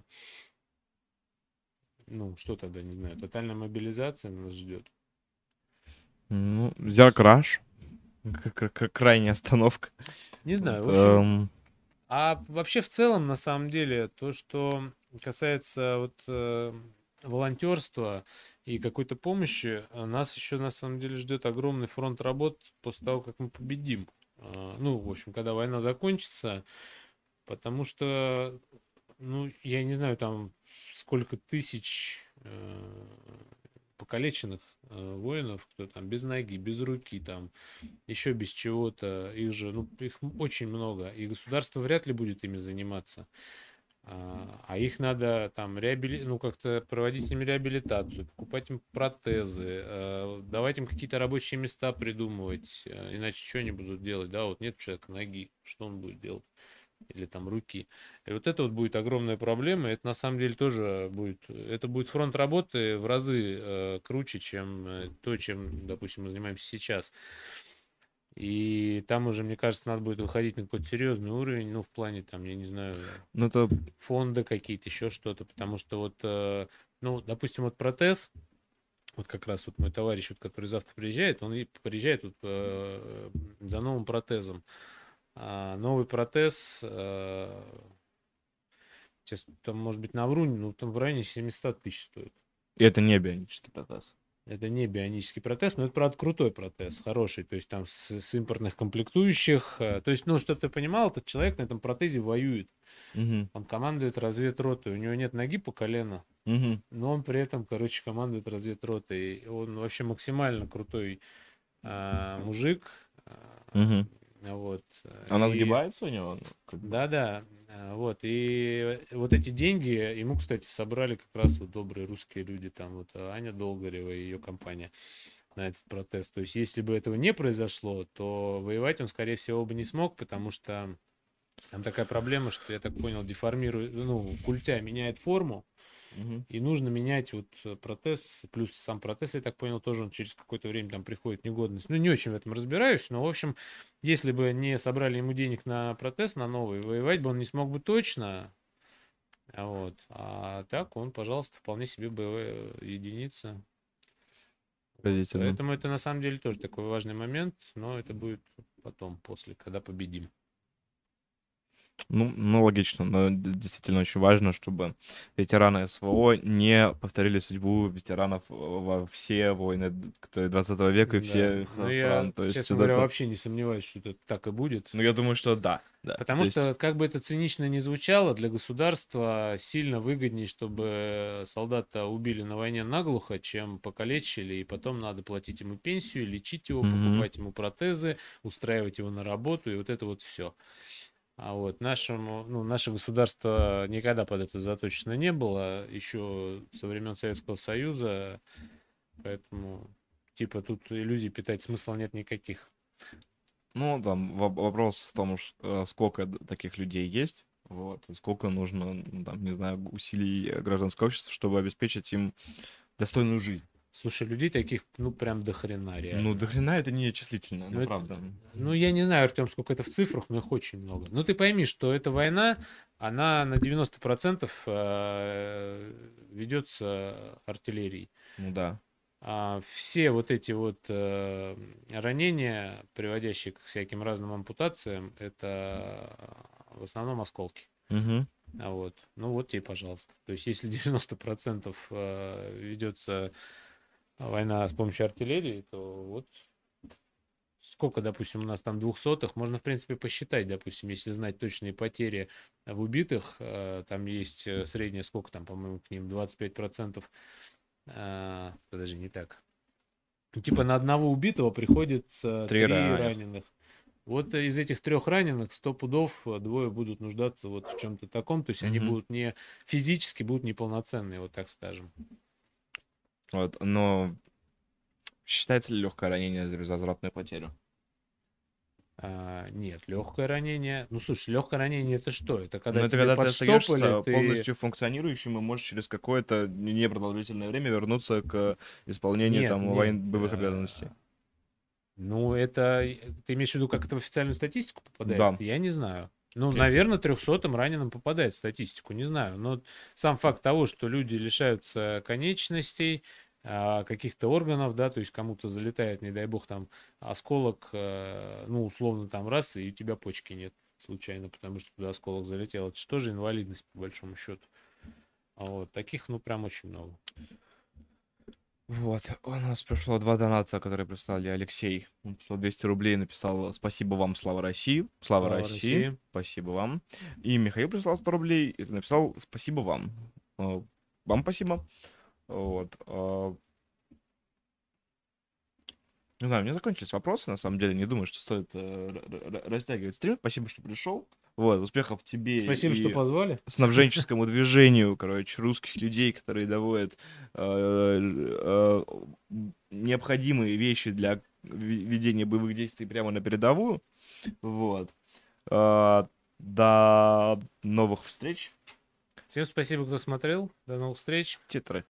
ну, что тогда, не знаю, тотальная мобилизация нас ждет. Ну, Зеркраш. Крайняя остановка. Не Вот, знаю, в общем, а вообще в целом, на самом деле, то, что касается вот волонтерства и какой-то помощи, нас еще на самом деле ждет огромный фронт работ после того, как мы победим. ну, в общем, когда война закончится, потому что, ну, я не знаю, там сколько тысяч покалеченных воинов, кто там без ноги, без руки, там еще без чего-то, их же, ну, их очень много, и государство вряд ли будет ими заниматься. А их надо там ну, как-то проводить им реабилитацию, покупать им протезы, давать им какие-то рабочие места придумывать, иначе что они будут делать, да, вот нет у человека ноги, что он будет делать, или там руки. И вот это вот будет огромная проблема, и это на самом деле тоже будет, это будет фронт работы в разы круче, чем то, чем, допустим, мы занимаемся сейчас. И там уже, мне кажется, надо будет выходить на какой-то серьезный уровень, ну, в плане, там, я не знаю, Ну, это... фонды какие-то, еще что-то, потому что вот, ну, допустим, вот протез, вот как раз вот мой товарищ, вот, который завтра приезжает, он и приезжает вот, за новым протезом. Новый протез, сейчас там, может быть, навру, ну, там в районе 700 тысяч стоит. И это не бионический протез. Это не бионический протез, но это, правда, крутой протез, хороший, то есть там с импортных комплектующих. То есть, ну, чтобы ты понимал, этот человек на этом протезе воюет. Угу. Он командует разведротой, у него нет ноги по колено, Угу. но он при этом, короче, командует разведротой. И он вообще максимально крутой мужик. Угу. Вот. Она И сгибается у него? Ну, как бы. да-да, вот. И вот эти деньги ему, кстати, собрали как раз вот добрые русские люди, там вот Аня Долгарева и ее компания на этот протест. То есть, если бы этого не произошло, то воевать он, скорее всего, бы не смог, потому что там такая проблема, что, я так понял, деформирует, ну, культя меняет форму, Мгм. и нужно менять вот протез, плюс сам протез, я так понял, тоже он через какое-то время там приходит в негодность. Ну, не очень в этом разбираюсь, но, в общем, если бы не собрали ему денег на протез, на новый, воевать бы он не смог бы точно, вот. А так он, пожалуйста, вполне себе боевая единица. Вот. Поразительно. Поэтому это на самом деле тоже такой важный момент, но это будет потом, после, когда победим. Ну, логично, но действительно очень важно, чтобы ветераны СВО не повторили судьбу ветеранов во все войны 20 века и Да, всех но я, стран. То есть честно вот говоря, это... вообще не сомневаюсь, что это так и будет. Ну, я думаю, что да, да. Потому То есть... что, как бы это цинично ни звучало, для государства сильно выгоднее, чтобы солдата убили на войне наглухо, чем покалечили, и потом надо платить ему пенсию, лечить его, Мгм. покупать ему протезы, устраивать его на работу, и вот это вот все. А вот нашему, ну, наше государство никогда под это заточено не было, еще со времен Советского Союза, поэтому, типа, тут иллюзий питать смысла нет никаких. Ну, там вопрос в том, сколько таких людей есть, вот, и сколько нужно, ну, там, не знаю, усилий гражданского общества, чтобы обеспечить им достойную жизнь. Слушай, людей таких, ну, прям до хрена, Ну, реально. до хрена это не числительно, Ну, ну, правда. ну, я не знаю, Артем, сколько это в цифрах, но их очень много. Ну, ты пойми, что эта война, она на 90% ведется артиллерией. Ну, да. Все вот эти вот ранения, приводящие к всяким разным ампутациям, это в основном осколки. Мгм. Вот. Ну вот тебе, пожалуйста. То есть, если 90% ведется война с помощью артиллерии, то вот сколько, допустим, у нас там двухсотых, можно, в принципе, посчитать, допустим, если знать точные потери в убитых, там есть средняя, сколько там, по-моему, к ним 25%, подожди, не так. Типа на одного убитого приходится Три три раненых. раненых. Вот из этих трех раненых 100 пудов двое будут нуждаться вот в чем-то таком, то есть они Мгм. будут не физически, будут неполноценные, вот так скажем. Вот, но считается ли легкое ранение за безвозвратную потерю? Нет, легкое ранение. Ну, слушай, легкое ранение это что? Это Ну, когда это тебе когда ты подштопали, остаешься ты... полностью функционирующим и можешь через какое-то непродолжительное время вернуться к исполнению Нет, там нет. боевых обязанностей. Ну, это... Ты имеешь в виду, как это в официальную статистику попадает? Да. Я не знаю. Ну, Окей. наверное, 300-м раненым попадает в статистику, не знаю. Но сам факт того, что люди лишаются конечностей, каких-то органов, да, то есть кому-то залетает, не дай бог, там осколок, ну, условно, там раз, и у тебя почки нет случайно, потому что туда осколок залетел. Это что же инвалидность, по большому счету. Вот, таких, ну, прям очень много. Вот, у нас пришло 2 доната, которые прислали Алексей. Он прислал 200 рублей, написал «Спасибо вам, слава России». Слава Слава России, России. спасибо вам. И Михаил прислал 100 рублей и написал «Спасибо вам». Вам спасибо. Вот. Не знаю, у меня закончились вопросы, на самом деле. Не думаю, что стоит растягивать стрим. Спасибо, что пришел. Вот, успехов тебе Спасибо, что и позвали. снабженческому движению, короче, русских людей, которые доводят необходимые вещи для ведения боевых действий прямо на передовую. Вот. До новых встреч. Всем спасибо, кто смотрел. До новых встреч. Титры.